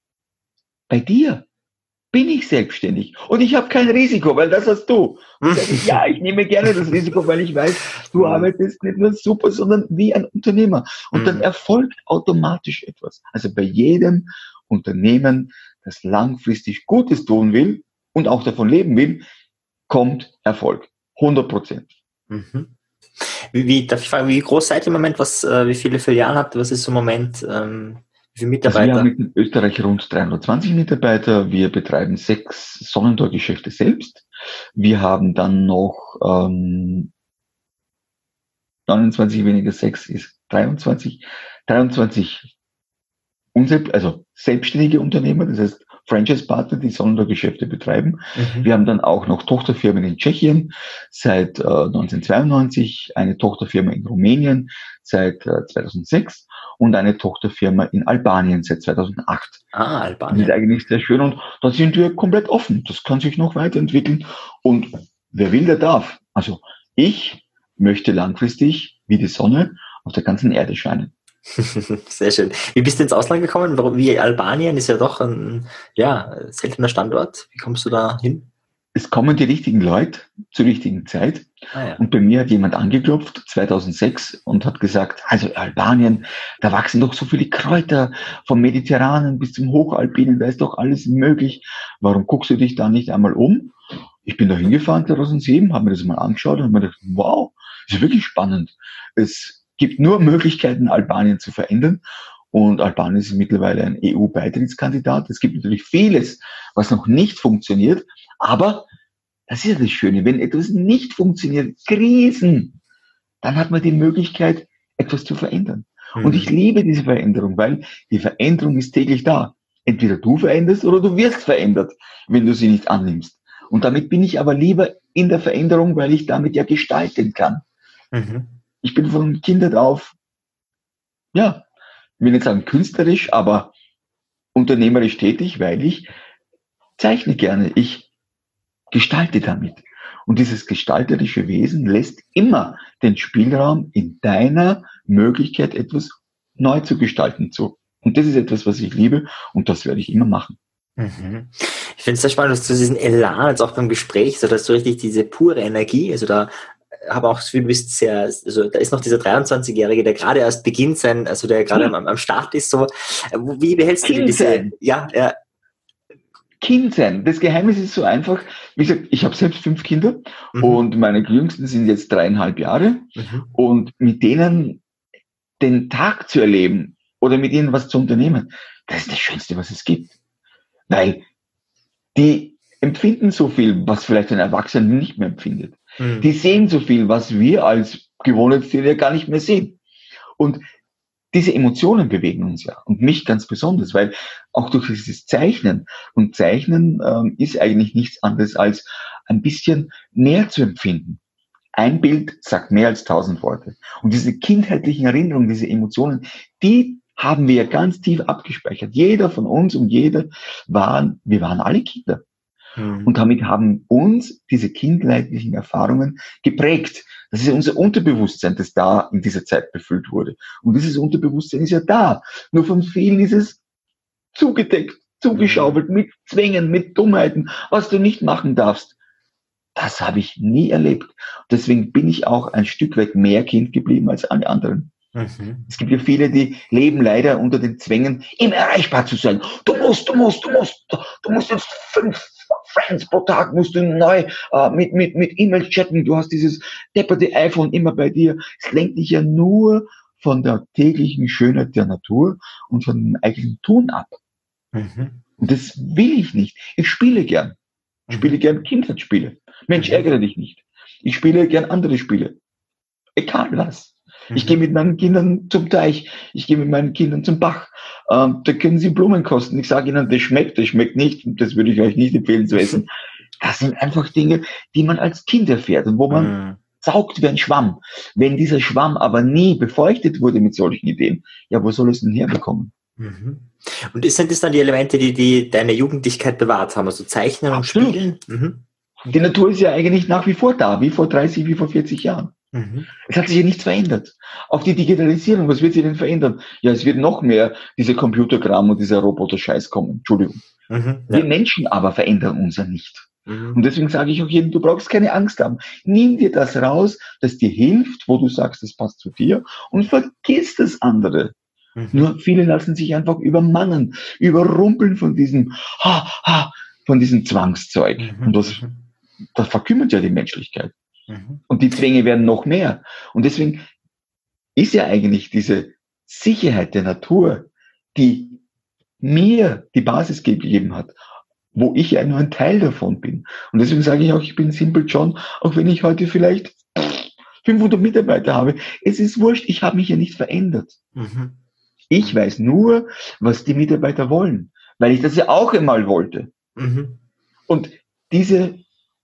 bei dir bin ich selbstständig und ich habe kein Risiko, weil das hast du. Und sage ich, ja, ich nehme gerne das Risiko, weil ich weiß, du arbeitest nicht nur super, sondern wie ein Unternehmer. Und dann erfolgt automatisch etwas. Also bei jedem Unternehmen, das langfristig Gutes tun will und auch davon leben will, kommt Erfolg. hundert Prozent. Mhm. Wie, wie, darf ich fragen, wie groß seid ihr im Moment? Was, äh, wie viele Filialen habt ihr? Was ist im Moment, ähm, wie viele Mitarbeiter? Also wir haben in Österreich rund dreihundertzwanzig Mitarbeiter. Wir betreiben sechs Sonnentor-Geschäfte selbst. Wir haben dann noch ähm, neunundzwanzig weniger sechs ist dreiundzwanzig. dreiundzwanzig unselb, also selbstständige Unternehmer, das heißt Franchise-Partner, die Sonnentor-Geschäfte betreiben. Mhm. Wir haben dann auch noch Tochterfirmen in Tschechien seit äh, neunzehnhundertzweiundneunzig, eine Tochterfirma in Rumänien seit äh, zweitausendsechs und eine Tochterfirma in Albanien seit zweitausendacht. Ah, Albanien. Das ist eigentlich sehr schön und da sind wir komplett offen. Das kann sich noch weiterentwickeln und wer will, der darf. Also ich möchte langfristig wie die Sonne auf der ganzen Erde scheinen. Sehr schön. Wie bist du ins Ausland gekommen? Warum, wie Albanien ist ja doch ein ja, seltener Standort. Wie kommst du da hin? Es kommen die richtigen Leute zur richtigen Zeit. Ah, ja. Und bei mir hat jemand angeklopft, zweitausendsechs, und hat gesagt, also Albanien, da wachsen doch so viele Kräuter vom Mediterranen bis zum Hochalpinen, da ist doch alles möglich. Warum guckst du dich da nicht einmal um? Ich bin da hingefahren zweitausendsieben, habe mir das mal angeschaut und habe mir gedacht, wow, das ist wirklich spannend. Es gibt nur Möglichkeiten, Albanien zu verändern. Und Albanien ist mittlerweile ein E U-Beitrittskandidat. Es gibt natürlich vieles, was noch nicht funktioniert. Aber das ist ja das Schöne. Wenn etwas nicht funktioniert, Krisen, dann hat man die Möglichkeit, etwas zu verändern. Mhm. Und ich liebe diese Veränderung, weil die Veränderung ist täglich da. Entweder du veränderst oder du wirst verändert, wenn du sie nicht annimmst. Und damit bin ich aber lieber in der Veränderung, weil ich damit ja gestalten kann. Mhm. Ich bin von Kindheit auf, ja, ich will nicht sagen künstlerisch, aber unternehmerisch tätig, weil ich zeichne gerne. Ich gestalte damit. Und dieses gestalterische Wesen lässt immer den Spielraum in deiner Möglichkeit, etwas neu zu gestalten zu. Und das ist etwas, was ich liebe und das werde ich immer machen. Mhm. Ich finde es sehr spannend, dass du diesen Elan jetzt auch beim Gespräch, so dass du richtig diese pure Energie, also da habe auch das Gefühl, du bist sehr, also da ist noch dieser dreiundzwanzigjährige, der gerade erst beginnt sein, also der gerade am, am Start ist, so, wie behältst du diese, ja, ja. Kind sein. Das Geheimnis ist so einfach, wie gesagt, ich habe selbst fünf Kinder mhm. und meine Jüngsten sind jetzt dreieinhalb Jahre mhm. und mit denen den Tag zu erleben oder mit ihnen was zu unternehmen, das ist das Schönste, was es gibt. Weil die empfinden so viel, was vielleicht ein Erwachsener nicht mehr empfindet. Mhm. Die sehen so viel, was wir als Gewohnheitstiere gar nicht mehr sehen. Und diese Emotionen bewegen uns ja und mich ganz besonders, weil auch durch dieses Zeichnen und Zeichnen ähm, ist eigentlich nichts anderes als ein bisschen mehr zu empfinden. Ein Bild sagt mehr als tausend Worte. Und diese kindheitlichen Erinnerungen, diese Emotionen, die haben wir ganz tief abgespeichert. Jeder von uns und jeder waren, wir waren alle Kinder. Mhm. Und damit haben uns diese kindheitlichen Erfahrungen geprägt. Das ist unser Unterbewusstsein, das da in dieser Zeit befüllt wurde. Und dieses Unterbewusstsein ist ja da. Nur von vielen ist es zugedeckt, zugeschaufelt, mit Zwängen, mit Dummheiten, was du nicht machen darfst. Das habe ich nie erlebt. Deswegen bin ich auch ein Stück weit mehr Kind geblieben als alle anderen. Mhm. Es gibt ja viele, die leben leider unter den Zwängen, immer erreichbar zu sein. Du musst, du musst, du musst, du musst jetzt fünf Friends pro Tag musst du neu äh, mit mit mit E-Mail chatten. Du hast dieses depperte iPhone immer bei dir. Es lenkt dich ja nur von der täglichen Schönheit der Natur und von dem eigenen Tun ab. Mhm. Und das will ich nicht. Ich spiele gern. Ich spiele gern Kindheitsspiele. Mensch, ärgere dich nicht. Ich spiele gern andere Spiele. Egal was. Mhm. Ich gehe mit meinen Kindern zum Teich. Ich gehe mit meinen Kindern zum Bach. Ähm, da können sie Blumen kosten. Ich sage ihnen, das schmeckt, das schmeckt nicht. Das würde ich euch nicht empfehlen zu essen. Das sind einfach Dinge, die man als Kind erfährt und wo man mhm. saugt wie ein Schwamm. Wenn dieser Schwamm aber nie befeuchtet wurde mit solchen Ideen, ja, wo soll es denn herbekommen? Mhm. Und sind das dann die Elemente, die, die deine Jugendlichkeit bewahrt haben? Also Zeichnen und Spielen? Mhm. Die Natur ist ja eigentlich nach wie vor da, wie vor dreißig, wie vor vierzig Jahren. Mhm. Es hat sich ja nichts verändert. Auch die Digitalisierung, was wird sich denn verändern? Ja, es wird noch mehr diese Computerkram und dieser Roboter-Scheiß kommen. Entschuldigung. Mhm. Wir Ja. Menschen aber verändern uns ja nicht. Mhm. Und deswegen sage ich auch jedem, du brauchst keine Angst haben. Nimm dir das raus, das dir hilft, wo du sagst, das passt zu dir, und vergiss das andere. Mhm. Nur viele lassen sich einfach übermannen, überrumpeln von diesem, ha, ha, von diesem Zwangszeug. Mhm. Und das, das verkümmert ja die Menschlichkeit. Mhm. Und die Zwänge werden noch mehr. Und deswegen ist ja eigentlich diese Sicherheit der Natur, die mir die Basis gegeben hat, wo ich ja nur ein Teil davon bin. Und deswegen sage ich auch, ich bin Simple John, auch wenn ich heute vielleicht fünfhundert Mitarbeiter habe. Es ist wurscht, ich habe mich ja nicht verändert. Mhm. Ich weiß nur, was die Mitarbeiter wollen, weil ich das ja auch einmal wollte. Mhm. Und diese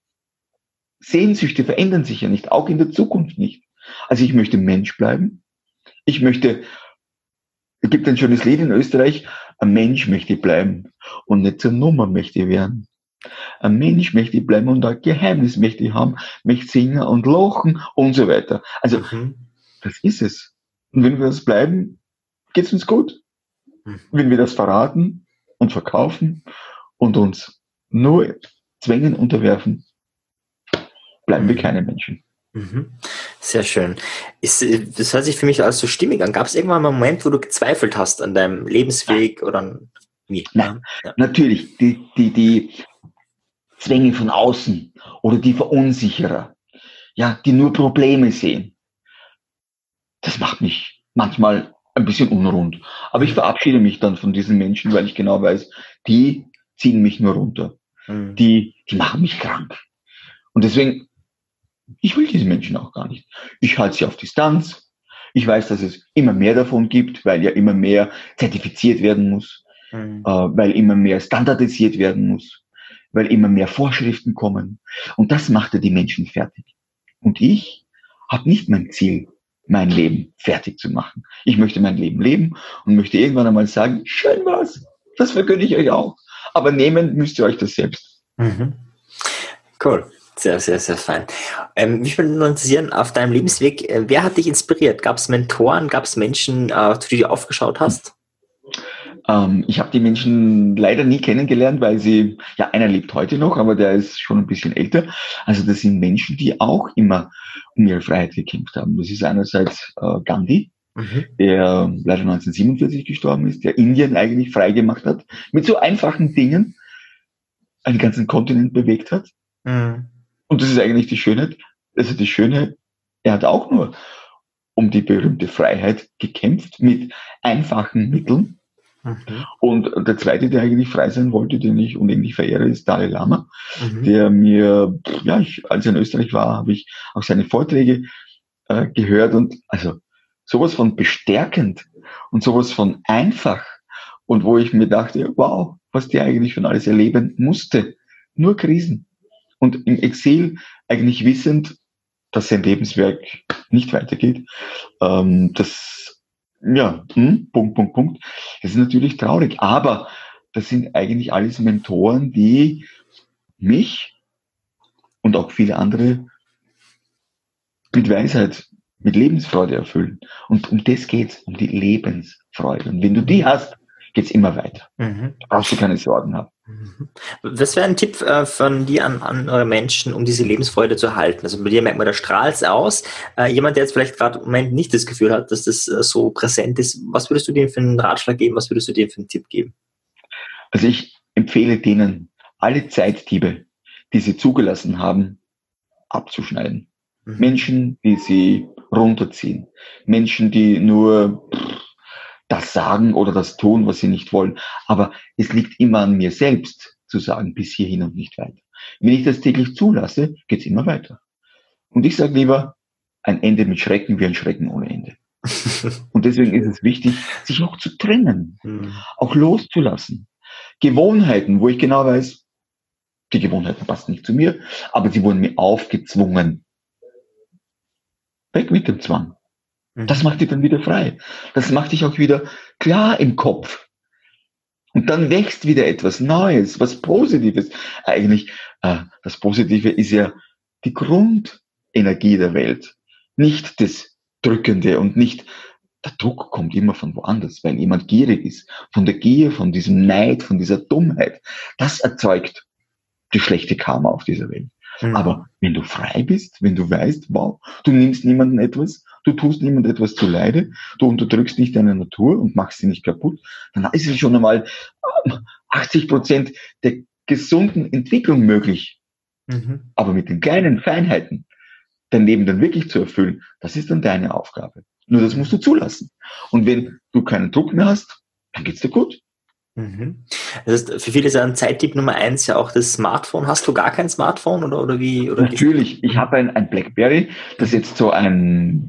Sehnsüchte verändern sich ja nicht, auch in der Zukunft nicht. Also ich möchte Mensch bleiben. Ich möchte, es gibt ein schönes Lied in Österreich, ein Mensch möchte ich bleiben und nicht zur Nummer möchte ich werden. Ein Mensch möchte ich bleiben und ein Geheimnis möchte ich haben, möchte singen und lachen und so weiter. Also Mhm. das ist es. Und wenn wir das bleiben, geht's uns gut. Mhm. Wenn wir das verraten und verkaufen und uns nur Zwängen unterwerfen, bleiben wir keine Menschen. Mhm. Sehr schön. Ist, das hört sich für mich alles so stimmig an. Gab es irgendwann mal einen Moment, wo du gezweifelt hast an deinem Lebensweg oder an, wie? Nein, Ja. natürlich, die, die, die Zwänge von außen oder die Verunsicherer, ja, die nur Probleme sehen, das macht mich manchmal ein bisschen unrund. Aber ich verabschiede mich dann von diesen Menschen, weil ich genau weiß, die ziehen mich nur runter. Mhm. Die, die machen mich krank. Und deswegen, ich will diese Menschen auch gar nicht. Ich halte sie auf Distanz. Ich weiß, dass es immer mehr davon gibt, weil ja immer mehr zertifiziert werden muss, Mhm. äh, weil immer mehr standardisiert werden muss, weil immer mehr Vorschriften kommen. Und das macht ja die Menschen fertig. Und ich habe nicht mein Ziel, mein Leben fertig zu machen. Ich möchte mein Leben leben und möchte irgendwann einmal sagen, schön war's, das vergönne ich euch auch. Aber nehmen müsst ihr euch das selbst. Mhm. Cool. Sehr, sehr, sehr fein. Ähm, mich würde nur interessieren, auf deinem Lebensweg, äh, wer hat dich inspiriert? Gab es Mentoren? Gab es Menschen, äh, zu denen du aufgeschaut hast? Ähm, ich habe die Menschen leider nie kennengelernt, weil sie, ja, einer lebt heute noch, aber der ist schon ein bisschen älter. Also das sind Menschen, die auch immer um ihre Freiheit gekämpft haben. Das ist einerseits äh, Gandhi, Mhm. der leider neunzehnhundertsiebenundvierzig gestorben ist, der Indien eigentlich frei gemacht hat, mit so einfachen Dingen einen ganzen Kontinent bewegt hat. Mhm. Und das ist eigentlich die Schönheit. Also die Schöne, er hat auch nur um die berühmte Freiheit gekämpft mit einfachen Mitteln. Mhm. Und der zweite, der eigentlich frei sein wollte, den ich unendlich verehre, ist Dalai Lama, Mhm. der mir, ja, ich, als ich in Österreich war, habe ich auch seine Vorträge äh, gehört und also sowas von bestärkend und sowas von einfach und wo ich mir dachte, wow, was der eigentlich schon alles erleben musste. Nur Krisen. Und im Exil eigentlich wissend, dass sein Lebenswerk nicht weitergeht. Ähm, das, ja, hm, Punkt, Punkt, Punkt. Das ist natürlich traurig, aber das sind eigentlich alles Mentoren, die mich und auch viele andere mit Weisheit, mit Lebensfreude erfüllen. Und um das geht's, um die Lebensfreude. Und wenn du die hast, geht's immer weiter. Mhm. Da brauchst du keine Sorgen haben. Was wäre ein Tipp äh, von dir an andere Menschen, um diese Lebensfreude zu erhalten? Also bei dir merkt man, da strahlt es aus. Äh, jemand, der jetzt vielleicht gerade im Moment nicht das Gefühl hat, dass das äh, so präsent ist, was würdest du dem für einen Ratschlag geben? Was würdest du dem für einen Tipp geben? Also ich empfehle denen, alle Zeitdiebe, die sie zugelassen haben, abzuschneiden. Mhm. Menschen, die sie runterziehen. Menschen, die nur pff, das sagen oder das tun, was sie nicht wollen. Aber es liegt immer an mir selbst, zu sagen, bis hierhin und nicht weiter. Wenn ich das täglich zulasse, geht's immer weiter. Und ich sage lieber, ein Ende mit Schrecken wie ein Schrecken ohne Ende. Und deswegen ist es wichtig, sich auch zu trennen, Mhm. auch loszulassen. Gewohnheiten, wo ich genau weiß, die Gewohnheiten passen nicht zu mir, aber sie wurden mir aufgezwungen. Weg mit dem Zwang. Das macht dich dann wieder frei. Das macht dich auch wieder klar im Kopf. Und dann wächst wieder etwas Neues, was Positives. Eigentlich, äh, das Positive ist ja die Grundenergie der Welt. nicht das Drückende und nicht, der Druck kommt immer von woanders, weil jemand gierig ist, von der Gier, von diesem Neid, von dieser Dummheit. Das erzeugt die schlechte Karma auf dieser Welt. Mhm. Aber wenn du frei bist, wenn du weißt, wow, du nimmst niemandem etwas, du tust niemandem etwas zuleide, du unterdrückst nicht deine Natur und machst sie nicht kaputt, dann ist es schon einmal achtzig Prozent der gesunden Entwicklung möglich. Mhm. Aber mit den kleinen Feinheiten dein Leben dann wirklich zu erfüllen, das ist dann deine Aufgabe. Nur das musst du zulassen. Und wenn du keinen Druck mehr hast, dann geht's dir gut. Mhm. Das heißt, für viele ist ja ein Zeittipp Nummer eins ja auch das Smartphone. Hast du gar kein Smartphone oder, oder wie? Oder Natürlich, ich habe ein, ein BlackBerry, das jetzt so ein,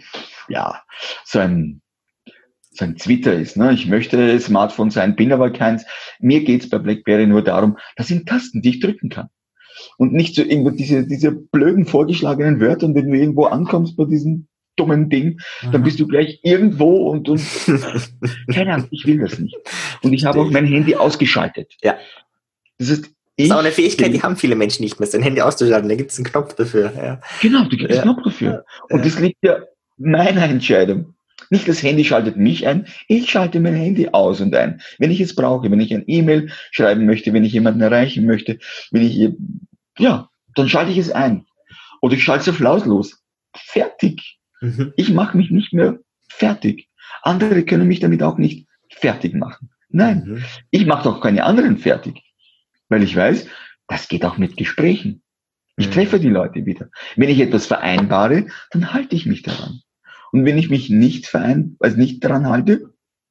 ja, so ein, so ein Twitter ist. Ne? Ich möchte Smartphone sein, bin aber keins. Mir geht's bei BlackBerry nur darum, das sind Tasten, die ich drücken kann. Und nicht so irgendwo diese, diese blöden vorgeschlagenen Wörter, und wenn du irgendwo ankommst bei diesem dummen Ding, dann bist du gleich irgendwo und, und keine Ahnung, ich will das nicht. Und ich habe auch mein Handy ausgeschaltet. Ja. Das ist, das ist auch eine Fähigkeit, die haben viele Menschen nicht mehr, sein Handy auszuschalten. Da gibt es einen Knopf dafür. Ja. Genau, da gibt es ja. einen Knopf dafür. Und ja. das liegt ja meiner Entscheidung. Nicht das Handy schaltet mich ein, ich schalte mein Handy aus und ein. Wenn ich es brauche, wenn ich ein E-Mail schreiben möchte, wenn ich jemanden erreichen möchte, wenn ich, ja, dann schalte ich es ein. Oder ich schalte es auf lautlos. Fertig. Mhm. Ich mache mich nicht mehr fertig. Andere können mich damit auch nicht fertig machen. Nein, mhm. ich mache doch keine anderen fertig. Weil ich weiß, das geht auch mit Gesprächen. Ich mhm. treffe die Leute wieder. Wenn ich etwas vereinbare, dann halte ich mich daran. Und wenn ich mich nicht verein, also nicht daran halte,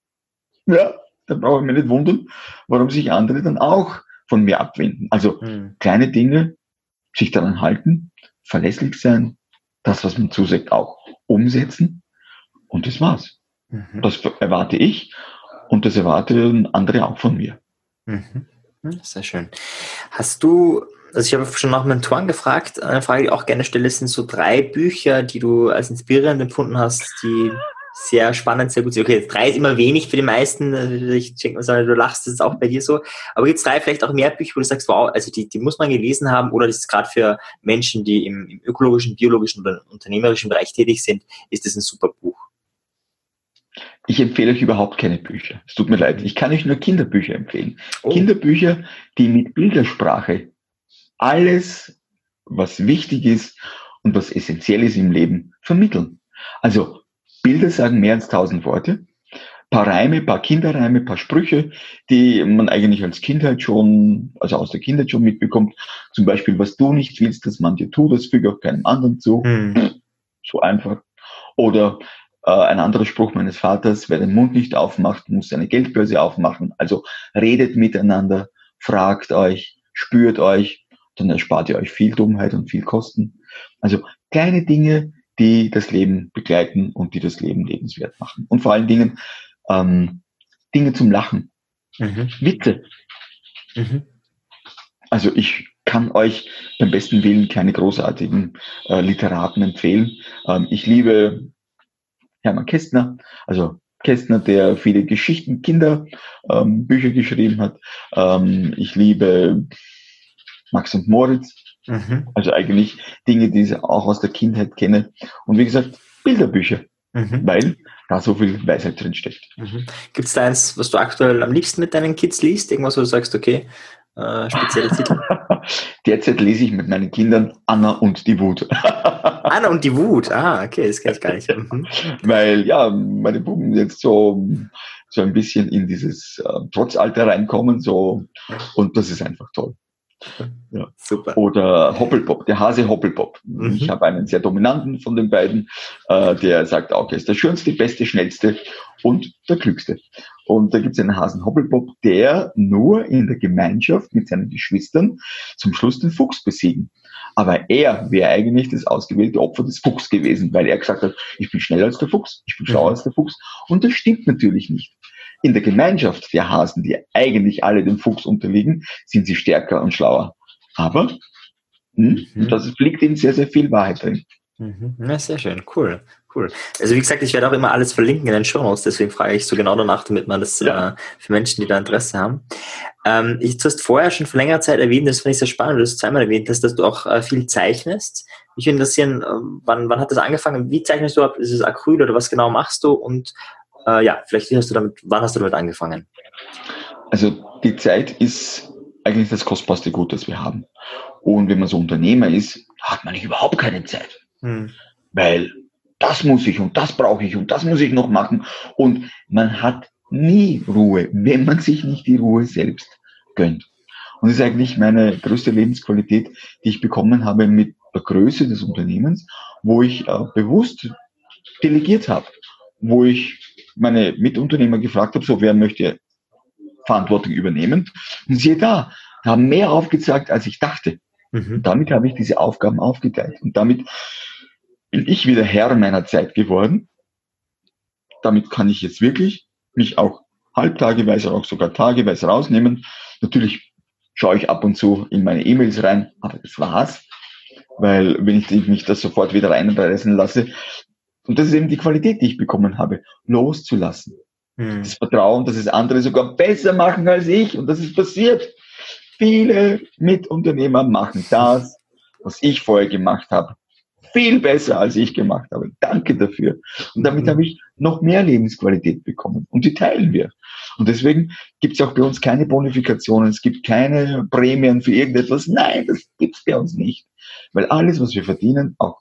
ja, dann brauche ich mich nicht wundern, warum sich andere dann auch von mir abwenden. Also mhm. kleine Dinge, sich daran halten, verlässlich sein, das, was man zusagt, auch umsetzen, und das war's. Mhm. Das erwarte ich und das erwarten andere auch von mir. Mhm. Sehr schön. Hast du, also ich habe schon nach Mentoren gefragt, eine Frage, die ich auch gerne stelle, sind so drei Bücher, die du als inspirierend empfunden hast, die sehr spannend, sehr gut sind. Okay, drei ist immer wenig für die meisten, ich denke mal, du lachst, das ist auch bei dir so, aber gibt es drei vielleicht auch mehr Bücher, wo du sagst, wow, also die, die muss man gelesen haben, oder das ist gerade für Menschen, die im, im ökologischen, biologischen oder unternehmerischen Bereich tätig sind, ist das ein super Buch? Ich empfehle euch überhaupt keine Bücher. Es tut mir leid. Ich kann euch nur Kinderbücher empfehlen. Oh. Kinderbücher, die mit Bildersprache alles, was wichtig ist und was essentiell ist im Leben, vermitteln. Also Bilder sagen mehr als tausend Worte. Paar Reime, paar Kinderreime, paar Sprüche, die man eigentlich als Kindheit schon, also aus der Kindheit schon mitbekommt. Zum Beispiel, was du nicht willst, dass man dir tut, das füge auch keinem anderen zu. Hm. So einfach. Oder ein anderer Spruch meines Vaters: Wer den Mund nicht aufmacht, muss seine Geldbörse aufmachen. Also redet miteinander, fragt euch, spürt euch, dann erspart ihr euch viel Dummheit und viel Kosten. Also kleine Dinge, die das Leben begleiten und die das Leben lebenswert machen. Und vor allen Dingen ähm, Dinge zum Lachen. Mhm. Witze. Mhm. Also ich kann euch beim besten Willen keine großartigen äh, Literaten empfehlen. Ähm, ich liebe Hermann Kästner, also Kästner, der viele Geschichten, Kinder, ähm, Bücher geschrieben hat. Ähm, ich liebe Max und Moritz, mhm. also eigentlich Dinge, die ich auch aus der Kindheit kenne. Und wie gesagt, Bilderbücher, mhm. weil da so viel Weisheit drin steckt. Mhm. Gibt es da eins, was du aktuell am liebsten mit deinen Kids liest? Irgendwas, wo du sagst, okay, äh, spezielle Titel? Derzeit lese ich mit meinen Kindern Anna und die Wut. Anna und die Wut, ah, okay, das kenne ich gar nicht. Mhm. Weil, ja, meine Buben jetzt so, so ein bisschen in dieses äh, Trotzalter reinkommen, so, und das ist einfach toll. Ja. Super. Oder Hoppelpop, der Hase Hoppelpop. Mhm. Ich habe einen sehr dominanten von den beiden, äh, der sagt auch, er ist der schönste, beste, schnellste und der klügste. Und da gibt es einen Hasen Hoppelpop, der nur in der Gemeinschaft mit seinen Geschwistern zum Schluss den Fuchs besiegen. Aber er wäre eigentlich das ausgewählte Opfer des Fuchs gewesen, weil er gesagt hat, ich bin schneller als der Fuchs, ich bin schlauer mhm. als der Fuchs. Und das stimmt natürlich nicht. In der Gemeinschaft der Hasen, die eigentlich alle dem Fuchs unterliegen, sind sie stärker und schlauer. Aber hm, mhm. das liegt ihnen sehr, sehr viel Wahrheit drin. Mhm. Ja, sehr schön, cool, cool. Also wie gesagt, ich werde auch immer alles verlinken in den Shownotes, deswegen frage ich so genau danach, damit man das ja. äh, für Menschen, die da Interesse haben. Ähm, ich, du hast vorher schon vor längerer Zeit erwähnt, das finde ich sehr spannend, du hast zweimal erwähnt, dass, dass du auch äh, viel zeichnest. mich interessieren, äh, wann, wann hat das angefangen? Wie zeichnest du ab? Ist es Acryl oder was genau machst du? Und äh, ja, vielleicht wie hast du damit, wann hast du damit angefangen? Also die Zeit ist eigentlich das kostbarste Gut, das wir haben. Und wenn man so Unternehmer ist, hat man nicht überhaupt keine Zeit. Hm. Weil das muss ich und das brauche ich und das muss ich noch machen. Und man hat nie Ruhe, wenn man sich nicht die Ruhe selbst gönnt. Und das ist eigentlich meine größte Lebensqualität, die ich bekommen habe mit der Größe des Unternehmens, wo ich äh, bewusst delegiert habe, wo ich meine Mitunternehmer gefragt habe, so wer möchte Verantwortung übernehmen. Und siehe da, haben mehr aufgezeigt, als ich dachte. Mhm. Und damit habe ich diese Aufgaben aufgeteilt. Und damit bin ich wieder Herr meiner Zeit geworden. Damit kann ich jetzt wirklich mich auch halbtageweise oder auch sogar tageweise rausnehmen. Natürlich schaue ich ab und zu in meine E-Mails rein, aber das war's. Weil wenn ich mich das sofort wieder reinreißen lasse, und das ist eben die Qualität, die ich bekommen habe, loszulassen. Hm. Das Vertrauen, dass es andere sogar besser machen als ich. Und das ist passiert. Viele Mitunternehmer machen das, was ich vorher gemacht habe, viel besser, als ich gemacht habe. Danke dafür. Und damit mhm. habe ich noch mehr Lebensqualität bekommen. Und die teilen wir. Und deswegen gibt es auch bei uns keine Bonifikationen. Es gibt keine Prämien für irgendetwas. Nein, das gibt es bei uns nicht. Weil alles, was wir verdienen, auch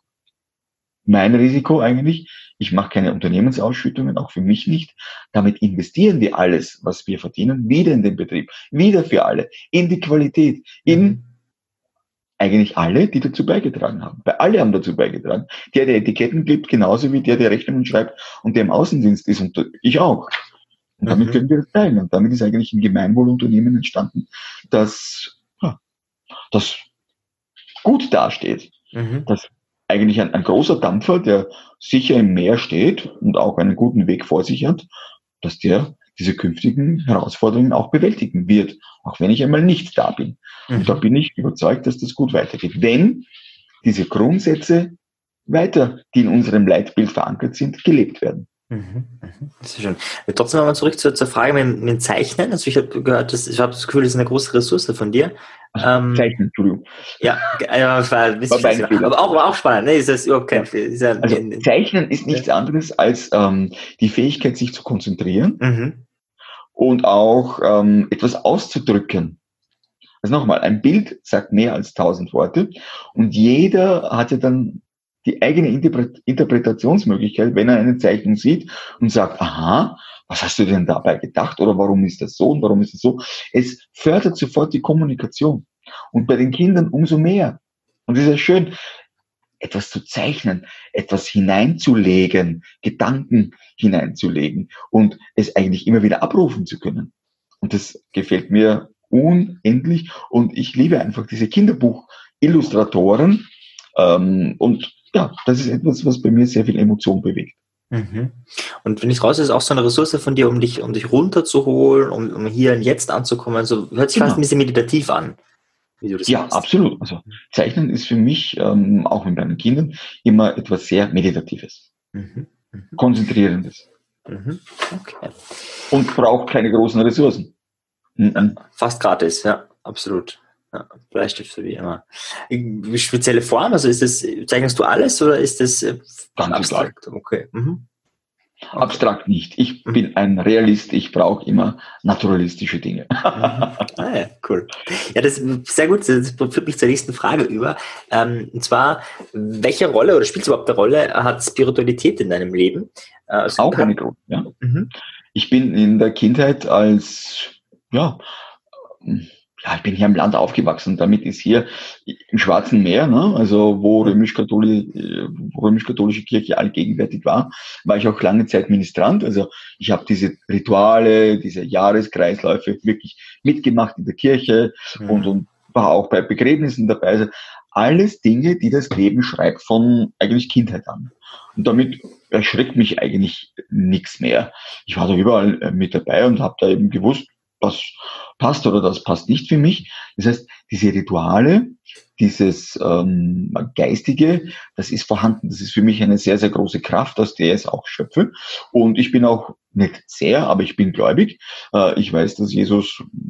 mein Risiko eigentlich, ich mache keine Unternehmensausschüttungen, auch für mich nicht. Damit investieren wir alles, was wir verdienen, wieder in den Betrieb, wieder für alle, in die Qualität, in eigentlich alle, die dazu beigetragen haben. Weil alle haben dazu beigetragen. Der, der Etiketten klebt, genauso wie der, der Rechnungen schreibt und der im Außendienst ist und ich auch. Und damit mhm. können wir das teilen. Und damit ist eigentlich ein Gemeinwohlunternehmen entstanden, das, ja, das gut dasteht. Mhm. Das eigentlich ein, ein großer Dampfer, der sicher im Meer steht und auch einen guten Weg vor sich hat, dass der diese künftigen Herausforderungen auch bewältigen wird, auch wenn ich einmal nicht da bin. Mhm. Und da bin ich überzeugt, dass das gut weitergeht. Wenn diese Grundsätze weiter, die in unserem Leitbild verankert sind, gelebt werden. Mhm, das ist schön. Trotzdem nochmal zurück zur, zur Frage mit, mit dem Zeichnen. Also ich habe gehört, dass, ich habe das Gefühl, das ist eine große Ressource von dir. Also ähm, Zeichnen, Entschuldigung. Ja, ja war ein bisschen war aber auch, war auch spannend. Ne? Ist das überhaupt kein, ja. ist ja, also in, Zeichnen ist nichts ja. anderes als ähm, die Fähigkeit, sich zu konzentrieren mhm. und auch ähm, etwas auszudrücken. Also nochmal, ein Bild sagt mehr als tausend Worte und jeder hat ja dann die eigene Interpret- Interpretationsmöglichkeit, wenn er eine Zeichnung sieht und sagt, aha, was hast du denn dabei gedacht oder warum ist das so und warum ist das so? Es fördert sofort die Kommunikation und bei den Kindern umso mehr. Und es ist ja schön, etwas zu zeichnen, etwas hineinzulegen, Gedanken hineinzulegen und es eigentlich immer wieder abrufen zu können. Und das gefällt mir unendlich und ich liebe einfach diese Kinderbuch-Illustratoren ähm, und ja, das ist etwas, was bei mir sehr viel Emotion bewegt. Mhm. Und wenn ich raus, ist es auch so eine Ressource von dir, um dich, um dich runterzuholen, um, um hier und jetzt anzukommen. So hört sich genau. fast ein bisschen meditativ an, wie du das Ja, machst. Absolut. Also Zeichnen ist für mich, ähm, auch mit meinen Kindern, immer etwas sehr Meditatives, mhm. Mhm. Konzentrierendes. Mhm. Okay. Und braucht keine großen Ressourcen. Mhm. Fast gratis, ja, absolut. Ja, Bleistift wie immer. Spezielle Form, also ist das, zeichnest du alles oder ist das äh, ganz abstrakt? Okay. Mhm. Okay. Abstrakt nicht. Ich mhm. bin ein Realist, ich brauche immer naturalistische Dinge. Mhm. Ah ja, cool. Ja, das ist sehr gut, das führt mich zur nächsten Frage über. Ähm, und zwar, welche Rolle oder spielt es überhaupt eine Rolle, hat Spiritualität in deinem Leben? Äh, also Auch eine große, ja. Mhm. Ich bin in der Kindheit als, ja, Ja, ich bin hier im Land aufgewachsen. Damit ist hier im Schwarzen Meer, ne, also wo römisch-katholische, wo römisch-katholische Kirche allgegenwärtig war, war ich auch lange Zeit Ministrant. Also ich habe diese Rituale, diese Jahreskreisläufe wirklich mitgemacht in der Kirche mhm. und, und war auch bei Begräbnissen dabei. Also alles Dinge, die das Leben schreibt von eigentlich Kindheit an. Und damit erschreckt mich eigentlich nichts mehr. Ich war da überall mit dabei und habe da eben gewusst, das passt oder das passt nicht für mich. Das heißt, diese Rituale, dieses ähm, Geistige, das ist vorhanden. Das ist für mich eine sehr, sehr große Kraft, aus der ich es auch schöpfe. Und ich bin auch nicht sehr, aber ich bin gläubig. Äh, ich weiß, dass Jesus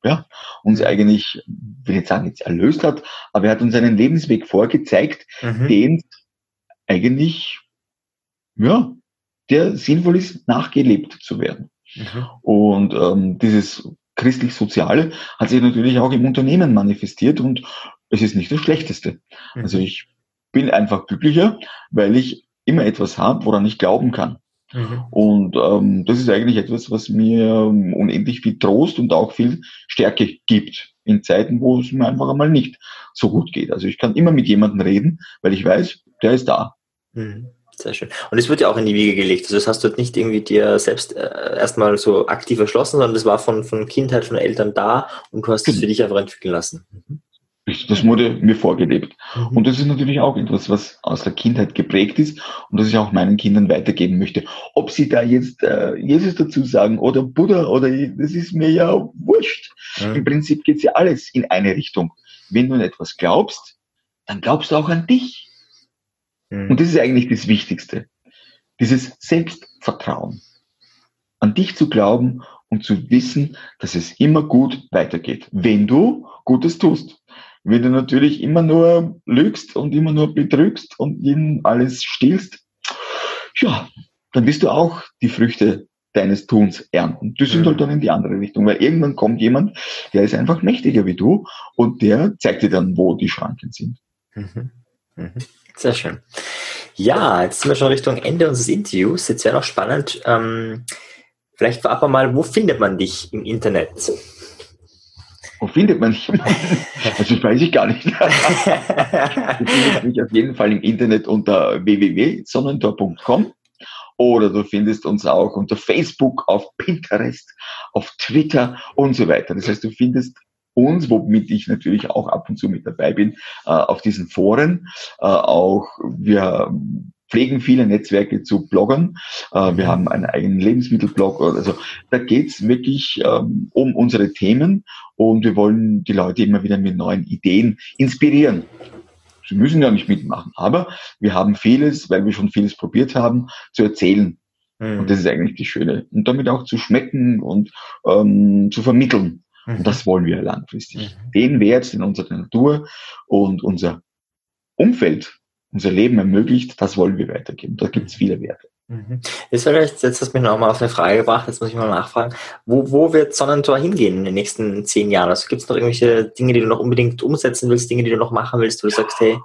ja, uns eigentlich, will ich nicht sagen, jetzt erlöst hat, aber er hat uns einen Lebensweg vorgezeigt, mhm. den eigentlich, ja, der sinnvoll ist, nachgelebt zu werden. Mhm. Und ähm, dieses christlich-soziale hat sich natürlich auch im Unternehmen manifestiert und es ist nicht das Schlechteste. Mhm. Also ich bin einfach glücklicher, weil ich immer etwas habe, woran ich glauben kann. Mhm. Und ähm, das ist eigentlich etwas, was mir ähm, unendlich viel Trost und auch viel Stärke gibt in Zeiten, wo es mir einfach einmal nicht so gut geht. Also ich kann immer mit jemandem reden, weil ich weiß, der ist da. Mhm. Sehr schön. Und es wird ja auch in die Wiege gelegt. Also das hast du nicht irgendwie dir selbst äh, erstmal so aktiv erschlossen, sondern das war von, von Kindheit, von Eltern da und du hast es für dich einfach entwickeln lassen. Mhm. Das wurde mir vorgelebt. Mhm. Und das ist natürlich auch etwas, was aus der Kindheit geprägt ist und das ich auch meinen Kindern weitergeben möchte. Ob sie da jetzt äh, Jesus dazu sagen oder Buddha oder das ist mir ja wurscht. Mhm. Im Prinzip geht's ja alles in eine Richtung. Wenn du an etwas glaubst, dann glaubst du auch an dich. Mhm. Und das ist eigentlich das Wichtigste. Dieses Selbstvertrauen. An dich zu glauben und zu wissen, dass es immer gut weitergeht, wenn du Gutes tust. Wenn du natürlich immer nur lügst und immer nur betrügst und ihnen alles stiehlst, ja, dann wirst du auch die Früchte deines Tuns ernten. Das sind mhm. halt dann in die andere Richtung, weil irgendwann kommt jemand, der ist einfach mächtiger wie du und der zeigt dir dann, wo die Schranken sind. Mhm. Mhm. Sehr schön. Ja, jetzt sind wir schon Richtung Ende unseres Interviews. Jetzt wäre noch spannend, ähm, vielleicht vorab einmal, wo findet man dich im Internet? Wo findet man dich? Also das weiß ich gar nicht. Du findest mich auf jeden Fall im Internet unter w w w punkt sonnentor punkt com oder du findest uns auch unter Facebook, auf Pinterest, auf Twitter und so weiter. Das heißt, du findest uns, womit ich natürlich auch ab und zu mit dabei bin, auf diesen Foren. Auch wir pflegen viele Netzwerke zu Bloggern. Äh, wir haben einen eigenen Lebensmittelblog. Also da geht's wirklich ähm, um unsere Themen und wir wollen die Leute immer wieder mit neuen Ideen inspirieren. Sie müssen ja nicht mitmachen, aber wir haben vieles, weil wir schon vieles probiert haben, zu erzählen. Mhm. Und das ist eigentlich das Schöne. Und damit auch zu schmecken und ähm, zu vermitteln. Mhm. Und das wollen wir langfristig. Mhm. Den Wert, den unsere Natur und unser Umfeld, unser Leben ermöglicht, das wollen wir weitergeben. Da gibt es viele Werte. Mhm. Jetzt, vielleicht, jetzt hast du mich noch mal auf eine Frage gebracht, jetzt muss ich mal nachfragen. Wo, wo wird Sonnentor hingehen in den nächsten zehn Jahren? Also gibt es noch irgendwelche Dinge, die du noch unbedingt umsetzen willst, Dinge, die du noch machen willst, wo du sagst, hey?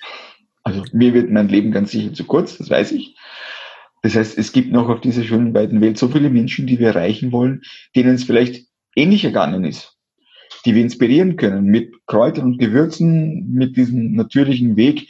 Also mir wird mein Leben ganz sicher zu kurz, das weiß ich. Das heißt, es gibt noch auf dieser schönen weiten Welt so viele Menschen, die wir erreichen wollen, denen es vielleicht ähnlich ergangen ist, die wir inspirieren können mit Kräutern und Gewürzen, mit diesem natürlichen Weg,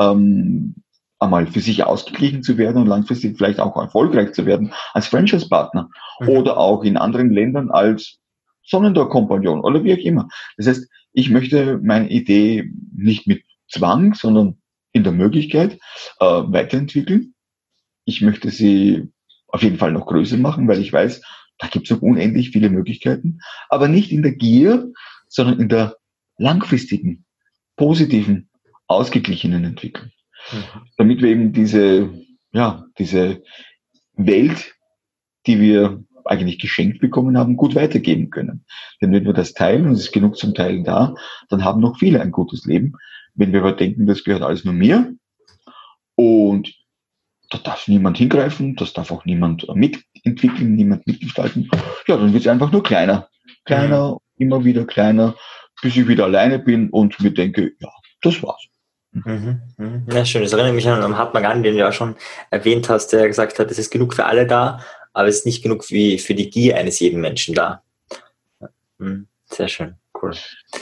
ähm, einmal für sich ausgeglichen zu werden und langfristig vielleicht auch erfolgreich zu werden als Franchise-Partner mhm. oder auch in anderen Ländern als Sonnentor-Kompagnon oder wie auch immer. Das heißt, ich möchte meine Idee nicht mit Zwang, sondern in der Möglichkeit äh, weiterentwickeln. Ich möchte sie auf jeden Fall noch größer machen, weil ich weiß, da gibt es noch unendlich viele Möglichkeiten, aber nicht in der Gier, sondern in der langfristigen, positiven, ausgeglichenen Entwicklung. Mhm. Damit wir eben diese, ja, diese Welt, die wir eigentlich geschenkt bekommen haben, gut weitergeben können. Denn wenn wir das teilen, und es ist genug zum Teilen da, dann haben noch viele ein gutes Leben. Wenn wir aber denken, das gehört alles nur mir und da darf niemand hingreifen, das darf auch niemand mitentwickeln, niemand mitgestalten, ja, dann wird es einfach nur kleiner. Kleiner, mhm. immer wieder kleiner, bis ich wieder alleine bin und mir denke, ja, das war's. Mhm. Ja, schön. Das erinnert mich an Hartmut Gandhi, den du ja schon erwähnt hast, der gesagt hat, es ist genug für alle da, aber es ist nicht genug wie für die Gier eines jeden Menschen da. Sehr schön, cool.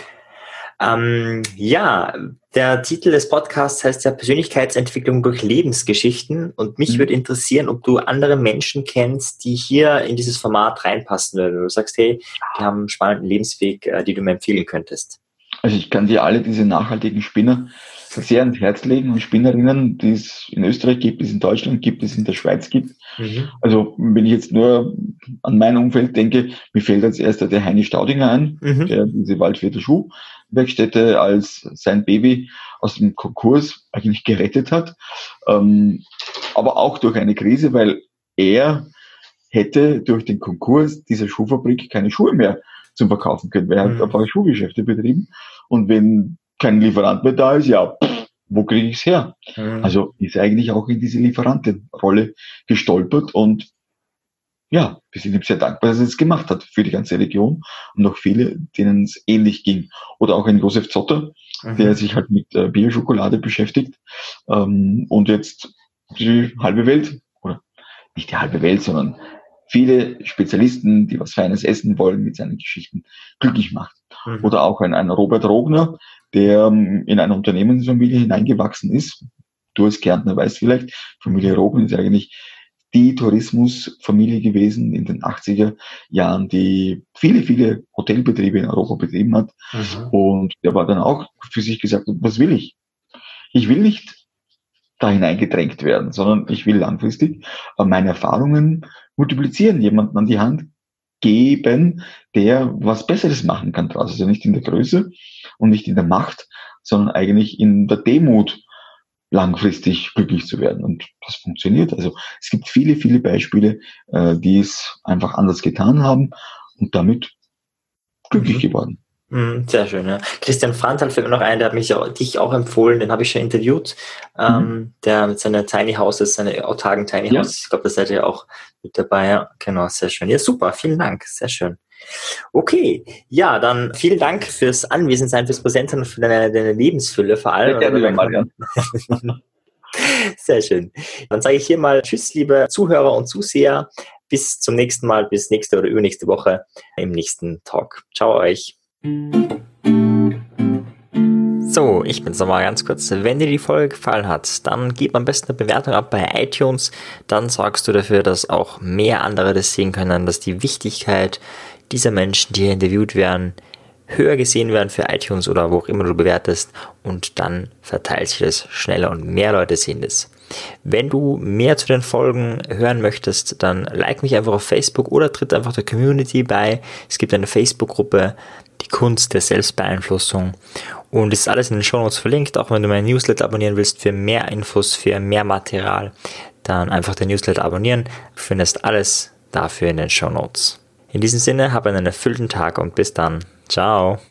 Ähm, ja, der Titel des Podcasts heißt ja Persönlichkeitsentwicklung durch Lebensgeschichten und mich mhm. würde interessieren, ob du andere Menschen kennst, die hier in dieses Format reinpassen würden. Du sagst, hey, die haben einen spannenden Lebensweg, die du mir empfehlen könntest. Also ich kann dir alle diese nachhaltigen Spinner sehr ans Herz legen und Spinnerinnen, die es in Österreich gibt, die es in Deutschland gibt, die es in der Schweiz gibt. Mhm. Also wenn ich jetzt nur an mein Umfeld denke, mir fällt als erster der Heini Staudinger ein, mhm. der diese Waldviertel Schuhwerkstätte als sein Baby aus dem Konkurs eigentlich gerettet hat. Ähm, aber auch durch eine Krise, weil er hätte durch den Konkurs dieser Schuhfabrik keine Schuhe mehr zum Verkaufen können. Wer hat Mhm. einfach Schuhgeschäfte betrieben und wenn kein Lieferant mehr da ist, ja, pff, wo kriege ich es her? Mhm. Also ist eigentlich auch in diese Lieferantenrolle gestolpert und ja, wir sind ihm sehr dankbar, dass er es gemacht hat für die ganze Region und auch viele, denen es ähnlich ging. Oder auch ein Josef Zotter, Mhm. der sich halt mit äh, Bioschokolade beschäftigt ähm, und jetzt die halbe Welt, oder nicht die halbe Welt, sondern viele Spezialisten, die was Feines essen wollen, mit seinen Geschichten glücklich macht. Mhm. Oder auch ein, ein Robert Rogner, der ähm, in eine Unternehmensfamilie hineingewachsen ist. Du als Kärntner weißt vielleicht, Familie Rogner ist eigentlich die Tourismusfamilie gewesen in den achtziger Jahren, die viele, viele Hotelbetriebe in Europa betrieben hat. Mhm. Und der war dann auch für sich gesagt, was will ich? Ich will nicht da hineingedrängt werden, sondern ich will langfristig meine Erfahrungen multiplizieren, jemanden an die Hand geben, der was Besseres machen kann draus. Also nicht in der Größe und nicht in der Macht, sondern eigentlich in der Demut langfristig glücklich zu werden. Und das funktioniert. Also es gibt viele, viele Beispiele, äh, die es einfach anders getan haben und damit glücklich Mhm. geworden. Mhm, sehr schön, ja. Christian Franthal fällt mir noch ein, der hat mich auch, dich auch empfohlen, den habe ich schon interviewt, ähm, Mhm. der mit seinen Tiny Houses, seine autarken Tiny Ja. Houses, ich glaube, da seid ihr auch mit dabei, ja, genau, sehr schön. Ja, super, vielen Dank, sehr schön. Okay, ja, dann vielen Dank fürs Anwesensein, fürs Präsentieren und für deine, deine Lebensfülle vor allem. Sehr gerne, Also, Marian. sehr schön. Dann sage ich hier mal Tschüss, liebe Zuhörer und Zuseher. Bis zum nächsten Mal, bis nächste oder übernächste Woche im nächsten Talk. Ciao euch. So, ich bin's nochmal ganz kurz. Wenn dir die Folge gefallen hat, dann gib am besten eine Bewertung ab bei iTunes. Dann sorgst du dafür, dass auch mehr andere das sehen können, dass die Wichtigkeit dieser Menschen, die hier interviewt werden, höher gesehen werden für iTunes oder wo auch immer du bewertest, und dann verteilt sich das schneller und mehr Leute sehen das. Wenn du mehr zu den Folgen hören möchtest, dann like mich einfach auf Facebook oder tritt einfach der Community bei. Es gibt eine Facebook-Gruppe, die Kunst der Selbstbeeinflussung, und es ist alles in den Shownotes verlinkt. Auch wenn du meinen Newsletter abonnieren willst für mehr Infos, für mehr Material, dann einfach den Newsletter abonnieren. Du findest alles dafür in den Shownotes. In diesem Sinne, hab einen erfüllten Tag und bis dann. Ciao.